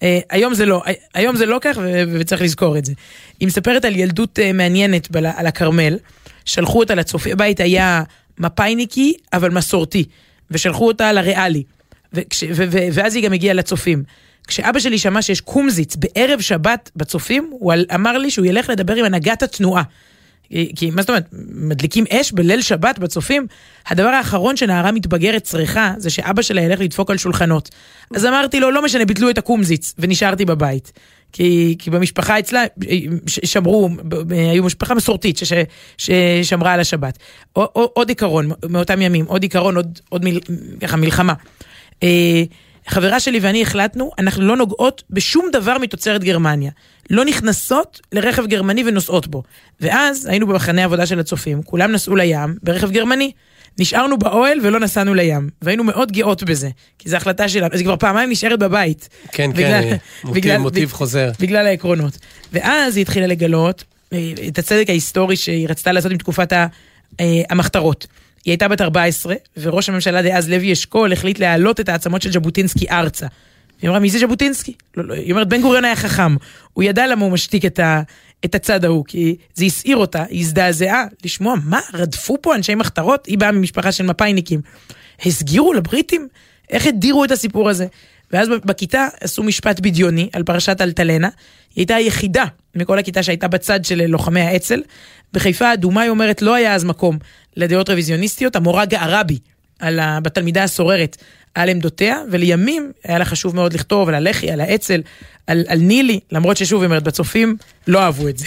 היום זה לא כך, וצריך לזכור את זה. היא מספרת על ילדות מעניינת על הכרמל, שלחו אותה לצופי, הבית היה מפאיניקי, אבל מסורתי, ושלחו אותה לריאלי, ואז היא גם הגיעה לצופים. כשאבא שלי שמע שיש קומזיץ בערב שבת בצופים, הוא אמר לי שהוא ילך לדבר עם הנהגת התנועה. כי מה זאת אומרת, מדליקים אש בליל שבת בצופים, הדבר האחרון שנערה מתבגרת צריכה, זה שאבא שלה ילך לדפוק על שולחנות. אז אמרתי לו, לא משנה, ביטלו את הקומזיץ, ונשארתי בבית. כי במשפחה אצלה שמרו, היו משפחה מסורתית ששמרה על השבת. עוד עיקרון מאותם ימים, עוד עיקרון, עוד מלחמה. חברה שלי ואני החלטנו, אנחנו לא נוגעות בשום דבר מתוצרת גרמניה. לא נכנסות לרכב גרמני ונוסעות בו. ואז היינו במחנה עבודה של הצופים, כולם נסעו לים ברכב גרמני. נשארנו באוהל ולא נסענו לים. והיינו מאוד גאות בזה, כי זו החלטה שלנו. אז היא כבר פעמיים נשארת בבית.
כן, מוטיב חוזר.
בגלל העקרונות. ואז היא התחילה לגלות את הצדק ההיסטורי שהיא רצתה לעשות עם תקופת המחתרות. היא הייתה בת 14, וראש הממשלה דאז לוי אשכול החליט להעלות את העצמות של ז'בוטינסקי ארצה. היא אמרה, מי זה ז'בוטינסקי? היא אומרת, בן גוריון היה חכם. הוא ידע למה הוא משתיק את הצד ההוא, כי זה הסעיר אותה, היא הזדעזעה לשמוע, מה? רדפו פה אנשי מחתרות? היא באה ממשפחה של מפאיניקים. הסגירו לבריטים? איך הדירו את הסיפור הזה? ואז בכיתה עשו משפט בדיוני על פרשת אלטלנה. היא הייתה היחידה מכל הכיתה שהייתה בצד של לוחמי האצ"ל. בחיפה האדומה היא אומרת, לא היה אז מקום לדעות רוויזיוניסטיות. המורה גערה בי בתלמידה הסוררת על עמדותיה, ולימים היה לה חשוב מאוד לכתוב על הלח"י, על האצ"ל, על נילי, למרות ששוב, אומרת, בצופים לא אהבו את זה.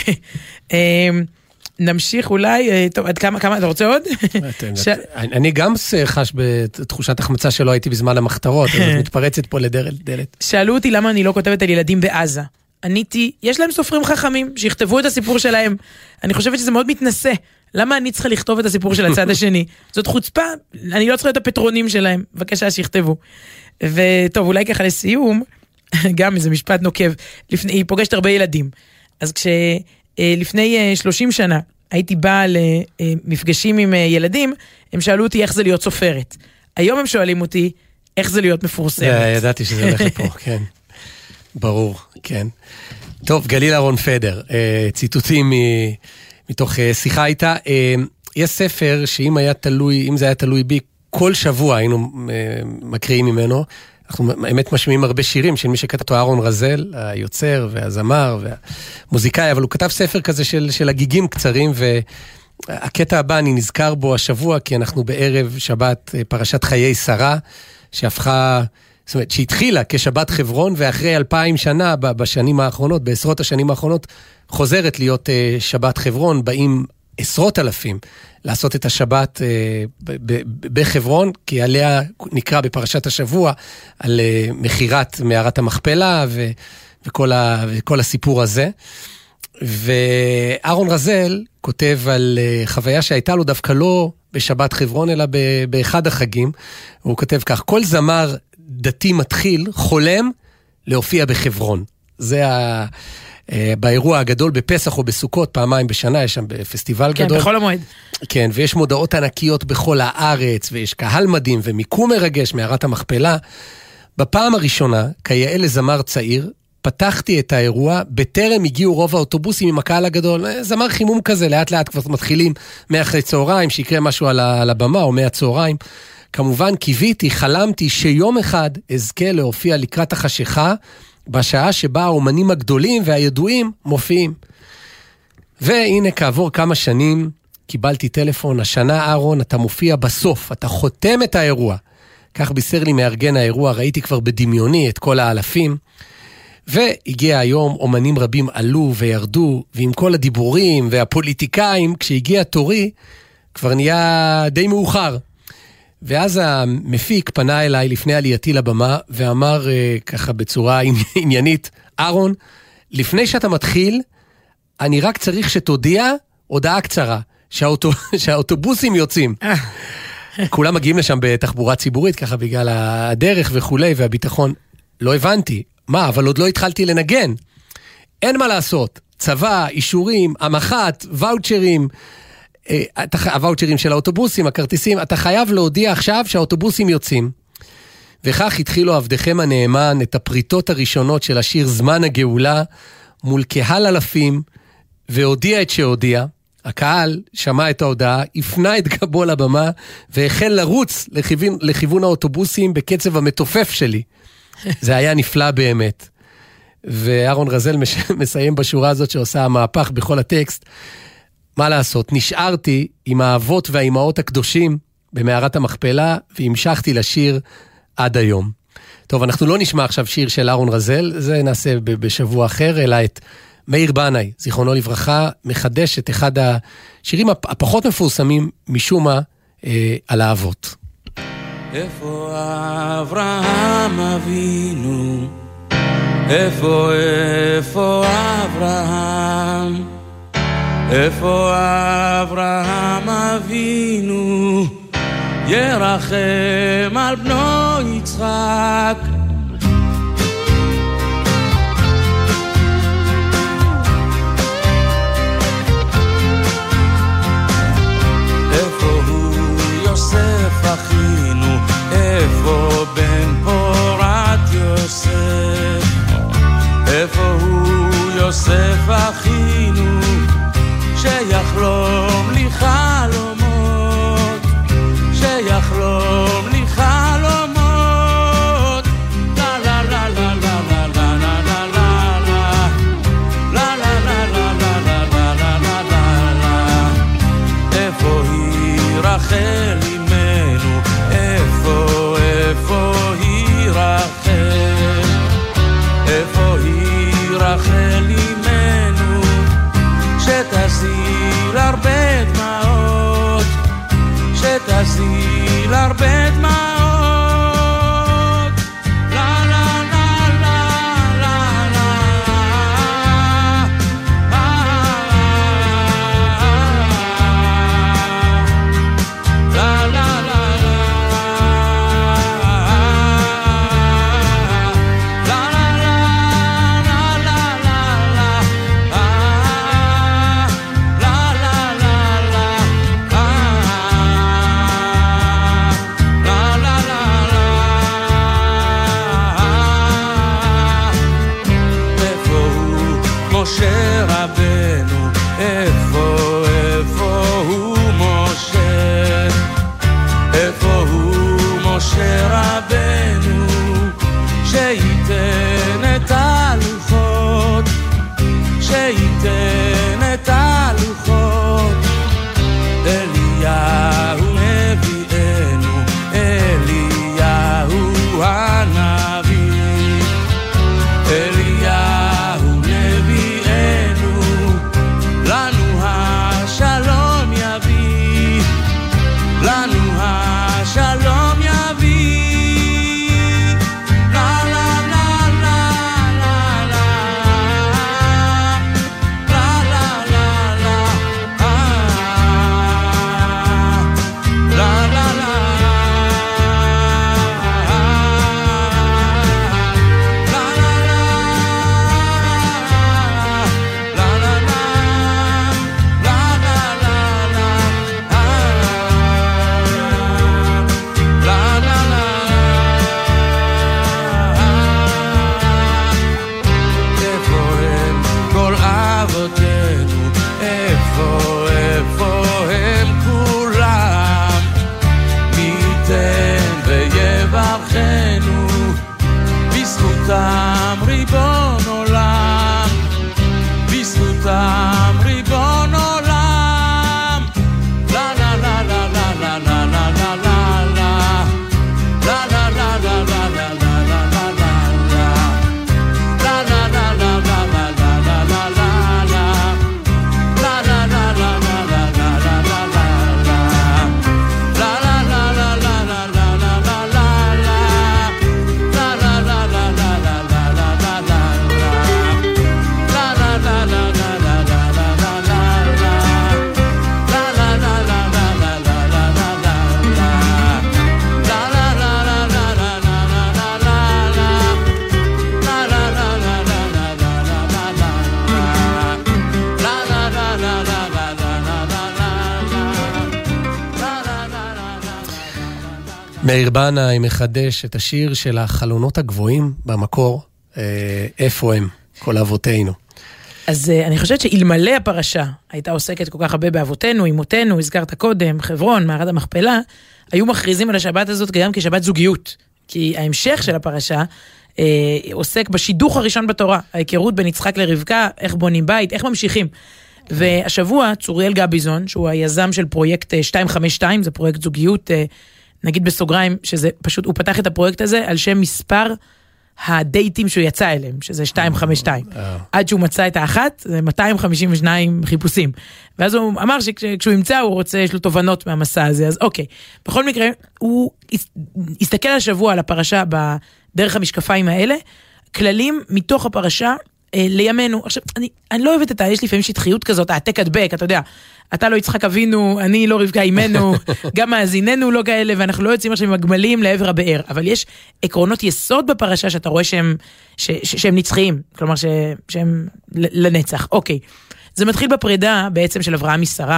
נמשיך אולי, טוב, עד כמה, אתה רוצה עוד?
אני גם חש בתחושת החמצה שלא הייתי בזמן המחתרות, אז מתפרצת פה לדלת.
שאלו אותי למה אני לא כותבת על ילדים בעזה. עניתי, יש להם סופרים חכמים שיכתבו את הסיפור שלהם. אני חושבת שזה מאוד מתנשא. למה אני צריכה לכתוב את הסיפור של הצד השני? זאת חוצפה, אני לא צריכה את הפטרונים שלהם. בבקשה שיכתבו. וטוב, אולי ככה לסיום, גם איזה משפט נוקב, היא פוגשת הרבה ילדים. אז לפני 30 שנה הייתי באה למפגשים עם ילדים, הם שאלו אותי איך זה להיות סופרת. היום הם שואלים אותי איך זה להיות מפורסמת.
ידעתי שזה הולך לפה, כן. ברור, כן. טוב, גליל אהרון פדר, ציטוטים מתוך שיחה איתה. יש ספר שאם זה היה תלוי בי, כל שבוע היינו מקריאים ממנו. אנחנו באמת משמיעים הרבה שירים של מי שכתב אותו, אהרון רזל, היוצר והזמר והמוזיקאי, אבל הוא כתב ספר כזה של הגיגים קצרים, והקטע הבא אני נזכר בו השבוע, כי אנחנו בערב שבת פרשת חיי שרה, שהפכה, זאת אומרת, שהתחילה כשבת חברון, ואחרי 2000 שנה בשנים האחרונות, בעשרות השנים האחרונות, חוזרת להיות שבת חברון, באים עשרות אלפים לעשות את השבת בחברון, כי עליה נקרא בפרשת השבוע על מחירת מערת המכפלה וכל הסיפור הזה. ואהרון רזל כותב על חוויה שהייתה לו דווקא לא בשבת חברון, אלא באחד החגים. הוא כותב כך, כל זמר דתי מתחיל חולם להופיע בחברון. זה באירוע הגדול בפסח או בסוכות, פעמיים בשנה, יש שם פסטיבל גדול.
כן, בכל המועד.
כן, ויש מודעות ענקיות בכל הארץ, ויש קהל מדהים ומיקום מרגש מערת המכפלה. בפעם הראשונה, כיאה לזמר צעיר, פתחתי את האירוע, בטרם הגיעו רוב האוטובוסים עם הקהל הגדול, זמר חימום כזה, לאט לאט כבר מתחילים מאחרי צהריים, שיקרה משהו על הבמה או מהצהריים. כמובן, קיוויתי, חלמתי שיום אחד אזכה להופיע לקראת החשיכה, בשעה שבה האומנים הגדולים והידועים מופיעים. והנה כעבור כמה שנים קיבלתי טלפון, השנה אהרון אתה מופיע בסוף, אתה חותם את האירוע. כך בישר לי מארגן האירוע, ראיתי כבר בדמיוני את כל האלפים. והגיע היום, אומנים רבים עלו וירדו, ועם כל הדיבורים והפוליטיקאים, כשהגיע תורי, כבר נהיה די מאוחר. ואז המפיק פנה אליי לפני עלייתי לבמה, ואמר ככה בצורה עניינית, אהרון, לפני שאתה מתחיל, אני רק צריך שתודיע הודעה קצרה, שהאוטובוסים יוצאים. כולם מגיעים לשם בתחבורה ציבורית, ככה בגלל הדרך וכולי, והביטחון. לא הבנתי. מה, אבל עוד לא התחלתי לנגן. אין מה לעשות. צבא, אישורים, המח"ט, ואוצ'רים, הוואוצ'רים של האוטובוסים, הכרטיסים, אתה חייב להודיע עכשיו שהאוטובוסים יוצאים. וכך התחילו עבדכם הנאמן את הפריטות הראשונות של השיר זמן הגאולה, מול קהל אלפים, והודיע את שהודיע. הקהל שמע את ההודעה, הפנה את גבו לבמה, והחל לרוץ לכיוון האוטובוסים בקצב המתופף שלי. זה היה נפלא באמת. ואהרון רזל מסיים בשורה הזאת שעושה המהפך בכל הטקסט. מה לעשות? נשארתי עם האבות והאימהות הקדושים במערת המכפלה, והמשכתי לשיר עד היום. טוב, טוב, אנחנו לא נשמע עכשיו שיר של אהרון רזל, זה נעשה בשבוע אחר, אלא את מאיר בנאי, זיכרונו לברכה, מחדש את אחד השירים הפחות מפורסמים משום מה על האבות.
איפה אברהם אבינו? איפה אברהם? איפה אברהם אבינו? ירחם על בנו יצחק. איפה הוא יוסף אחינו? איפה בן פורת יוסף? איפה הוא יוסף אחינו? שיחלום לי חלומות, שיחלום לי חלומות. לה לה לה לה לה לה לה לה לה לה לה לה לה לה לה. איפה היא רחל אמנו? איפה היא רחל? איפה היא רחל אמנו? שתזיל הרבה דמעות, שתזיל הרבה דמעות. לה לה לה לה לה לה לה משה רבנו, איפה הוא משה? איפה הוא משה רבנו? שייתן את הלוחות, שייתן את הלוחות. אליהו נביאנו, אליהו הנביא, אליהו נביאנו, לנו השלום יביא, לנו השלום יביא. לה לה לה לה לה לה לה לה לה לה לה לה. בזכותם ריבון עולם, בזכותם ריבון עולם. לה לה לה לה לה לה לה לה לה לה לה לה לה לה לה לה
מאיר בנאי מחדש את השיר של החלונות הגבוהים במקור, איפה הם, כל אבותינו.
אז אני חושבת שאלמלא הפרשה הייתה עוסקת כל כך הרבה באבותינו, אמותינו, הזכרת קודם, חברון, מערת המכפלה, היו מכריזים על השבת הזאת גם כשבת זוגיות. כי ההמשך של הפרשה עוסק בשידוך הראשון בתורה, ההיכרות בין יצחק לרבקה, איך בונים בית, איך ממשיכים. והשבוע צוריאל גביזון, שהוא היזם של פרויקט 252, זה פרויקט זוגיות נגיד בסוגריים, שזה פשוט, הוא פתח את הפרויקט הזה על שם מספר הדייטים שהוא יצא אליהם, שזה 252. עד שהוא מצא את האחת, זה 252 חיפושים. ואז הוא אמר שכשהוא ימצא, הוא רוצה, יש לו תובנות מהמסע הזה, אז אוקיי. בכל מקרה, הוא הסתכל השבוע על הפרשה בדרך המשקפיים האלה, כללים מתוך הפרשה לימינו. עכשיו, אני לא אוהבת את יש לפעמים שטחיות כזאת, העתק הדבק, אתה יודע, אתה לא יצחק אבינו, אני לא רבקה אימנו, גם מאזיננו לא כאלה, ואנחנו לא יוצאים עכשיו עם הגמלים לעבר הבאר, אבל יש עקרונות יסוד בפרשה שאתה רואה שהם נצחיים, כלומר שהם לנצח. אוקיי, זה מתחיל בפרידה בעצם של אברהם משרה,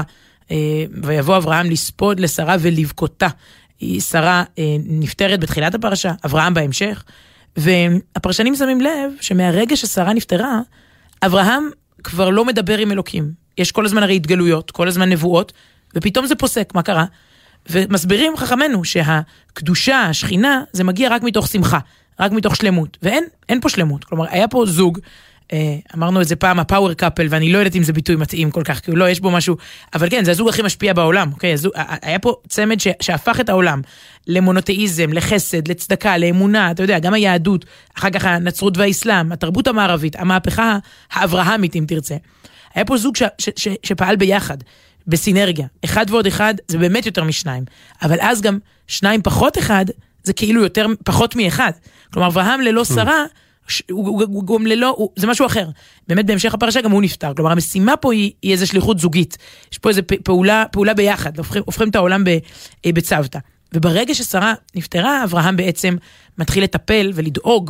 ויבוא אברהם לספוד לשרה ולבכותה. שרה נפטרת בתחילת הפרשה, אברהם בהמשך, והפרשנים שמים לב שמהרגע ששרה נפטרה, אברהם כבר לא מדבר עם אלוקים. יש כל הזמן הרי התגלויות, כל הזמן נבואות, ופתאום זה פוסק, מה קרה? ומסבירים חכמנו שהקדושה, השכינה, זה מגיע רק מתוך שמחה, רק מתוך שלמות, ואין פה שלמות. כלומר, היה פה זוג, אמרנו את זה פעם, הפאוור קאפל, ואני לא יודעת אם זה ביטוי מתאים כל כך, כי לא, יש בו משהו, אבל כן, זה הזוג הכי משפיע בעולם, אוקיי? היה פה צמד שהפך את העולם למונותאיזם, לחסד, לצדקה, לאמונה, אתה יודע, גם היהדות, אחר כך הנצרות והאסלאם, התרבות המערבית, המהפכה האברהמית, אם תרצה. היה פה זוג שפעל ביחד, בסינרגיה. אחד ועוד אחד, זה באמת יותר משניים. אבל אז גם 2 פחות 1, זה כאילו יותר פחות מאחד. כלומר, אברהם ללא שרה, הוא גם ללא, זה משהו אחר. באמת בהמשך הפרשה גם הוא נפטר. כלומר, המשימה פה היא איזו שליחות זוגית. יש פה איזו פעולה ביחד, הופכים את העולם בצוותא. וברגע ששרה נפטרה, אברהם בעצם מתחיל לטפל ולדאוג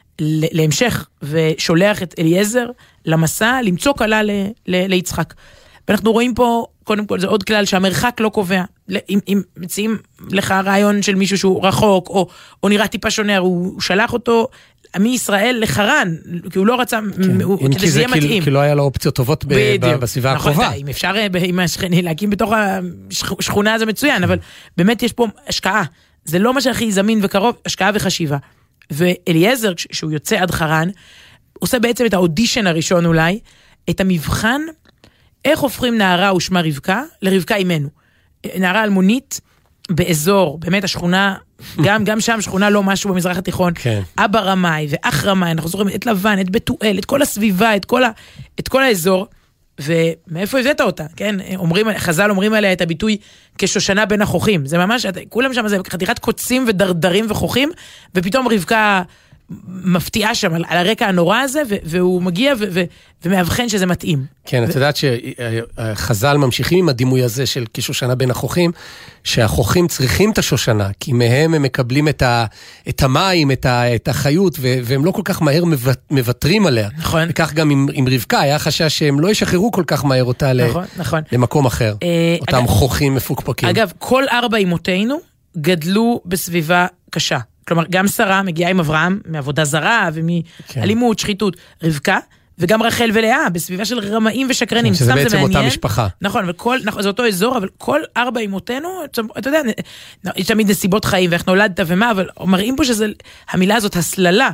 להמשך, ושולח את אליעזר למסע, למצוא כלה ליצחק. ואנחנו רואים פה, קודם כל, זה עוד כלל שהמרחק לא קובע. אם מציעים לך רעיון של מישהו שהוא רחוק, או נראה טיפה שונה, הוא שלח אותו מישראל לחרן, כי הוא לא רצה, כדי שזה יהיה מתאים. כי
לא היה לו אופציות טובות בסביבה הקרובה.
אם אפשר עם השכני להקים בתוך השכונה זה מצוין, אבל באמת יש פה השקעה. זה לא מה שהכי זמין וקרוב, השקעה וחשיבה. ואליעזר, כשהוא יוצא עד חרן, עושה בעצם את האודישן הראשון אולי, את המבחן, איך הופכים נערה ושמה רבקה, לרבקה אימנו. נערה אלמונית, באזור, באמת השכונה, גם שם שכונה לא משהו במזרח התיכון, כן. אבא רמאי ואח רמאי, אנחנו זוכרים את לבן, את בתואל, את כל הסביבה, את כל האזור, ומאיפה הבאת אותה, כן? חז"ל אומרים עליה את הביטוי כשושנה בין החוכים, זה ממש, כולם שם זה חתיכת קוצים ודרדרים וחוכים, ופתאום רבקה מפתיעה שם על הרקע הנורא הזה, והוא מגיע ומאבחן שזה מתאים.
כן, את יודעת שחז"ל ממשיכים עם הדימוי הזה של כשושנה בין החוכים, שהחוכים צריכים את השושנה, כי מהם הם מקבלים את המים, את החיות, והם לא כל כך מהר מוותרים עליה.
נכון.
וכך גם עם רבקה, היה חשש שהם לא ישחררו כל כך מהר אותה למקום אחר. אותם חוכים מפוקפקים.
אגב, כל 4 אמותינו גדלו בסביבה קשה. כלומר, גם שרה מגיעה עם אברהם, מעבודה זרה ומאלימות, שחיתות, רבקה, וגם רחל ולאה, בסביבה של רמאים ושקרנים.
שזה בעצם אותה משפחה.
נכון, זה אותו אזור, אבל כל 4 אמותינו, אתה יודע, יש תמיד נסיבות חיים, ואיך נולדת ומה, אבל מראים פה שהמילה הזאת, הסללה,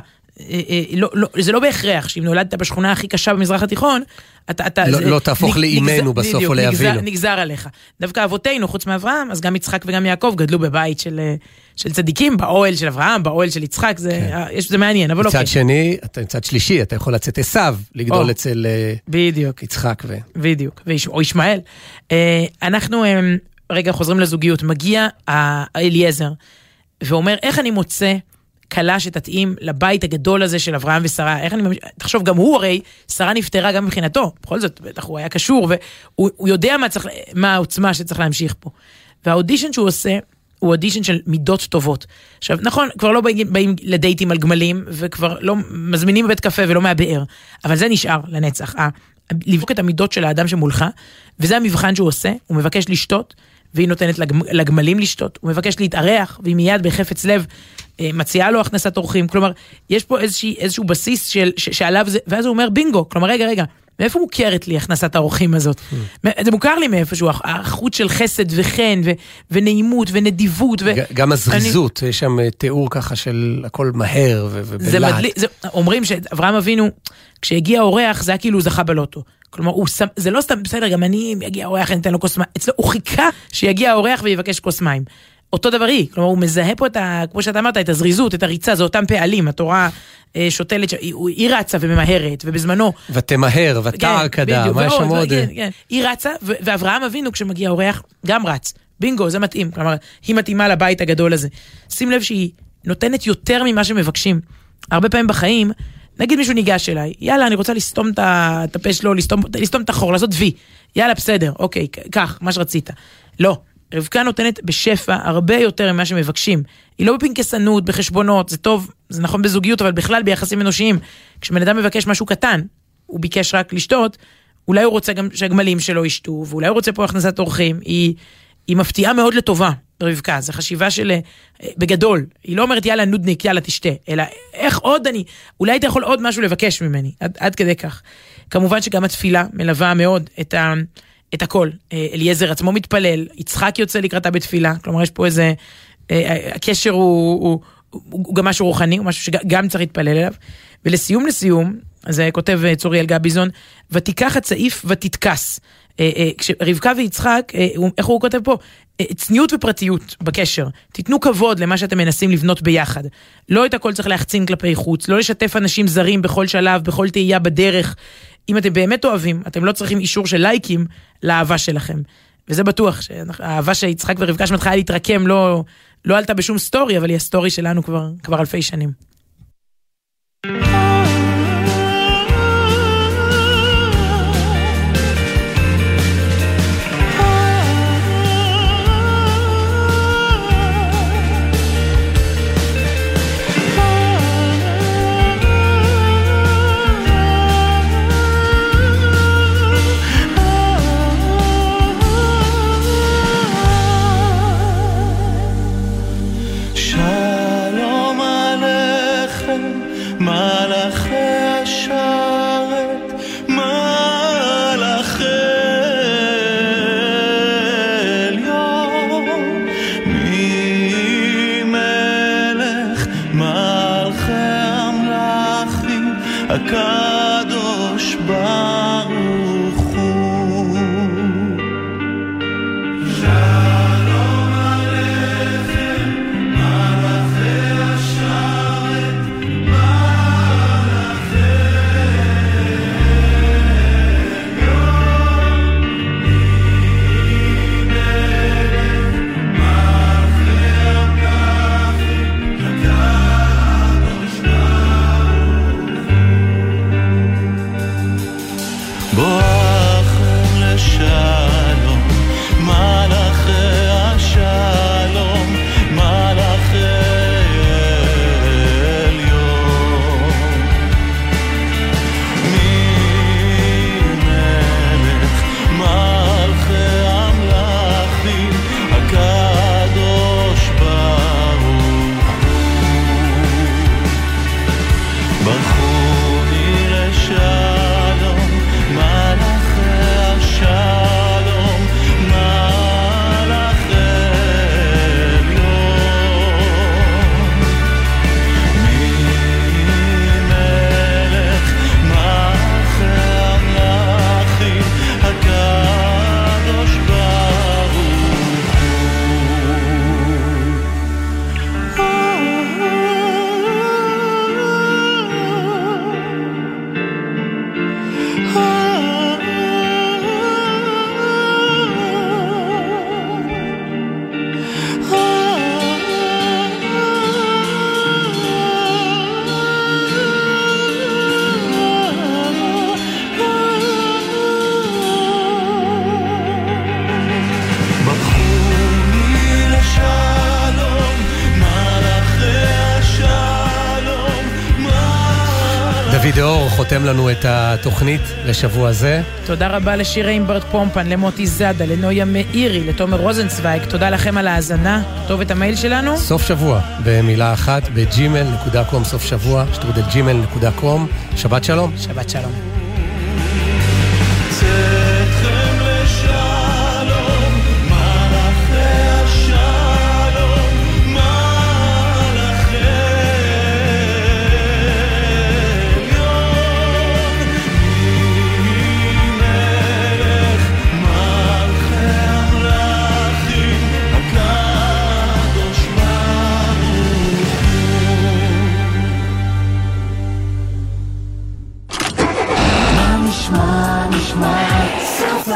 זה לא בהכרח, שאם נולדת בשכונה הכי קשה במזרח התיכון,
לא תהפוך לאימנו בסוף או לאבינו.
נגזר עליך. דווקא אבותינו, חוץ מאברהם, אז גם יצחק וגם יעקב גדלו בבית של צדיקים, באוהל של אברהם, באוהל של יצחק, זה מעניין, אבל אוקיי.
מצד שני, מצד שלישי, אתה יכול לצאת עשיו, לגדול אצל יצחק.
בדיוק, או ישמעאל. אנחנו רגע חוזרים לזוגיות, מגיע אליעזר, ואומר, איך אני מוצא קלה שתתאים לבית הגדול הזה של אברהם ושרה, תחשוב, גם הוא הרי, שרה נפטרה גם מבחינתו, בכל זאת, בטח הוא היה קשור, והוא יודע מה העוצמה שצריך להמשיך פה. והאודישן שהוא עושה, הוא אודישן של מידות טובות. עכשיו, נכון, כבר לא באים לדייטים על גמלים, וכבר לא מזמינים בבית קפה ולא מהבאר, אבל זה נשאר לנצח, לבדוק את המידות של האדם שמולך, וזה המבחן שהוא עושה, הוא מבקש לשתות, והיא נותנת לגמלים לשתות, הוא מבקש להתארח, והיא מיד בחפץ לב מציעה לו הכנסת אורחים, כלומר, יש פה איזשהו בסיס שעליו זה, ואז הוא אומר בינגו, כלומר, רגע, מאיפה מוכרת לי הכנסת האורחים הזאת? זה מוכר לי מאיפשהו, החוט של חסד וחן, ונעימות ונדיבות.
גם הזריזות, יש שם תיאור ככה של הכל מהר ובלעד.
אומרים שאברהם אבינו, כשהגיע אורח, זה היה כאילו הוא זכה בלוטו. כלומר, זה לא סתם, בסדר, גם אני, יגיע אורח, אני אתן לו כוס מים. אצלו הוא חיכה שיגיע אורח ויבקש כוס מים. אותו דבר היא, כלומר הוא מזהה פה כמו שאתה אמרת, את הזריזות, את הריצה, זה אותם פעלים, התורה שותלת, היא רצה וממהרת, ובזמנו...
ותמהר, ותער כדה, מה יש שם עוד?
היא רצה, ואברהם אבינו כשמגיע אורח, גם רץ. בינגו, זה מתאים, כלומר, היא מתאימה לבית הגדול הזה. שים לב שהיא נותנת יותר ממה שמבקשים. הרבה פעמים בחיים, נגיד מישהו ניגש אליי, יאללה, אני רוצה לסתום את הפה שלו, לסתום את החור, לעשות וי. יאללה, בסדר, אוקיי, כך, מה שרצית. לא, רבקה נותנת בשפע הרבה יותר ממה שמבקשים. היא לא בפנקסנות, בחשבונות, זה טוב, זה נכון בזוגיות, אבל בכלל ביחסים אנושיים. כשבן אדם מבקש משהו קטן, הוא ביקש רק לשתות, אולי הוא רוצה גם שהגמלים שלו ישתו, ואולי הוא רוצה פה הכנסת אורחים, היא מפתיעה מאוד לטובה, רבקה, זו חשיבה של, בגדול, היא לא אומרת יאללה נודניק, יאללה תשתה, אלא איך עוד אולי אתה יכול עוד משהו לבקש ממני, עד כדי כך. כמובן שגם התפילה מלווה מאוד את הכל, אליעזר עצמו מתפלל, יצחק יוצא לקראתה בתפילה, כלומר יש פה איזה, הקשר הוא גם משהו רוחני, הוא משהו שגם צריך להתפלל אליו, ולסיום, אז כותב צוריאל גביזון, ותיקח הצעיף ותתכס, כשרבקה ויצחק, איך הוא כותב פה? צניעות ופרטיות בקשר. תיתנו כבוד למה שאתם מנסים לבנות ביחד. לא את הכל צריך להחצין כלפי חוץ, לא לשתף אנשים זרים בכל שלב, בכל תהייה בדרך. אם אתם באמת אוהבים, אתם לא צריכים אישור של לייקים לאהבה שלכם. וזה בטוח, שהאהבה שיצחק ורבקה שמתחילה להתרקם לא עלתה בשום סטורי, אבל היא הסטורי שלנו כבר אלפי שנים.
הקדוש ברוך הוא. שלום עליכם מלאכי השרת, מלאכי עליון, ממלך מלאכי המלאכים, הקדוש בואכם לשלום, מלאכי השלום, מלאכי עליון, ממלך מלכי המלכים, הקדוש ברוך הוא. ברכוני לשלום, מלאכי השלום, מלאכי עליון, ממלך מלכי המלכים, הקדוש ברוך ברכוני לשלום, מלאכי השלום,
דוד אור חותם לנו את התוכנית לשבוע זה.
תודה רבה לשירה אימברט פומפן, למוטי זדה, לנויה מאירי, לתומר רוזנצוויג. תודה לכם על ההאזנה. כתוב את המייל שלנו.
סוף שבוע, במילה אחת, ב-gmail.com, סוף שבוע, @gmail.com. שבת שלום.
שבת שלום.
צאתכם לשלום, מלאכי השלום, מלאכי עליון, ממלך מלכי המלכים, הקדוש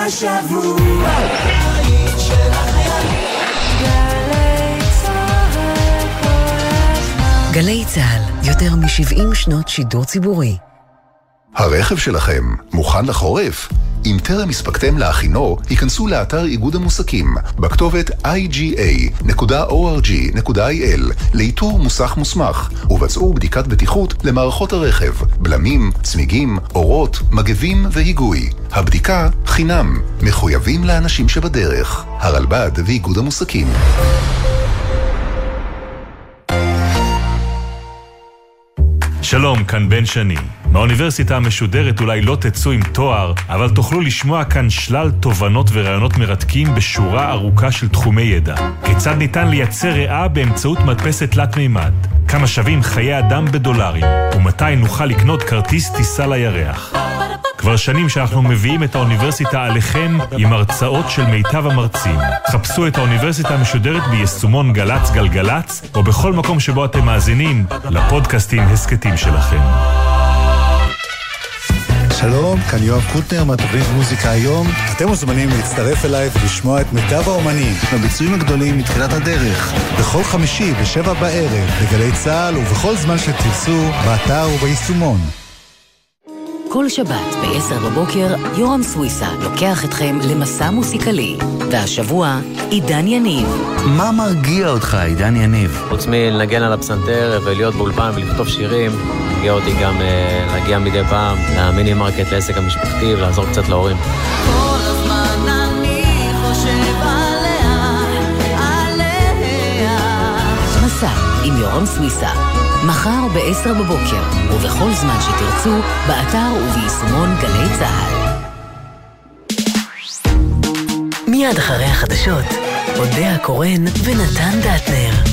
השבוע. גלי צהל, יותר מ-70 שנות שידור ציבורי.
הרכב שלכם מוכן לחורף? אם טרם הספקתם להכינו, היכנסו לאתר איגוד המוסקים בכתובת iga.org.il לאיתור מוסך מוסמך ובצעו בדיקת בטיחות למערכות הרכב, בלמים, צמיגים, אורות, מגבים והיגוי. הבדיקה חינם, מחויבים לאנשים שבדרך. הרלב"ד ואיגוד המוסקים.
שלום, כאן בן שני. מהאוניברסיטה המשודרת אולי לא תצאו עם תואר, אבל תוכלו לשמוע כאן שלל תובנות ורעיונות מרתקים בשורה ארוכה של תחומי ידע. כיצד ניתן לייצר ריאה באמצעות מדפסת תלת מימד? כמה שווים חיי אדם בדולרים? ומתי נוכל לקנות כרטיס טיסה לירח? כבר שנים שאנחנו מביאים את האוניברסיטה עליכם עם הרצאות של מיטב המרצים. חפשו את האוניברסיטה המשודרת ביישומון גלץ גלגלץ, או בכל מקום שבו אתם מאזינים לפודקאסטים הסקטים שלכם.
שלום, כאן יואב קוטנר מהתוכנית מוזיקה היום. אתם מוזמנים להצטרף אליי ולשמוע את מיטב האומנים, הביצועים הגדולים מתחילת הדרך, בכל חמישי ב7 בערב, בגלי צהל ובכל זמן שתרצו, באתר וביישומון.
כל שבת ב-10 בבוקר, יורם סוויסה לוקח אתכם למסע מוסיקלי. והשבוע, עידן יניב.
מה מרגיע אותך, עידן יניב?
חוץ מלנגן על הפסנתר ולהיות באולפן ולכתוב שירים, מרגיע אותי גם להגיע מדי פעם למיני מרקט, לעסק המשפחתי ולעזור קצת להורים.
כל הזמן אני חושב עליה.
מסע עם יורם סוויסה. מחר ב-10 בבוקר, ובכל זמן שתרצו, באתר וביישומון גלי צהל. מיד אחרי החדשות, אודיה קורן ונתן דטנר.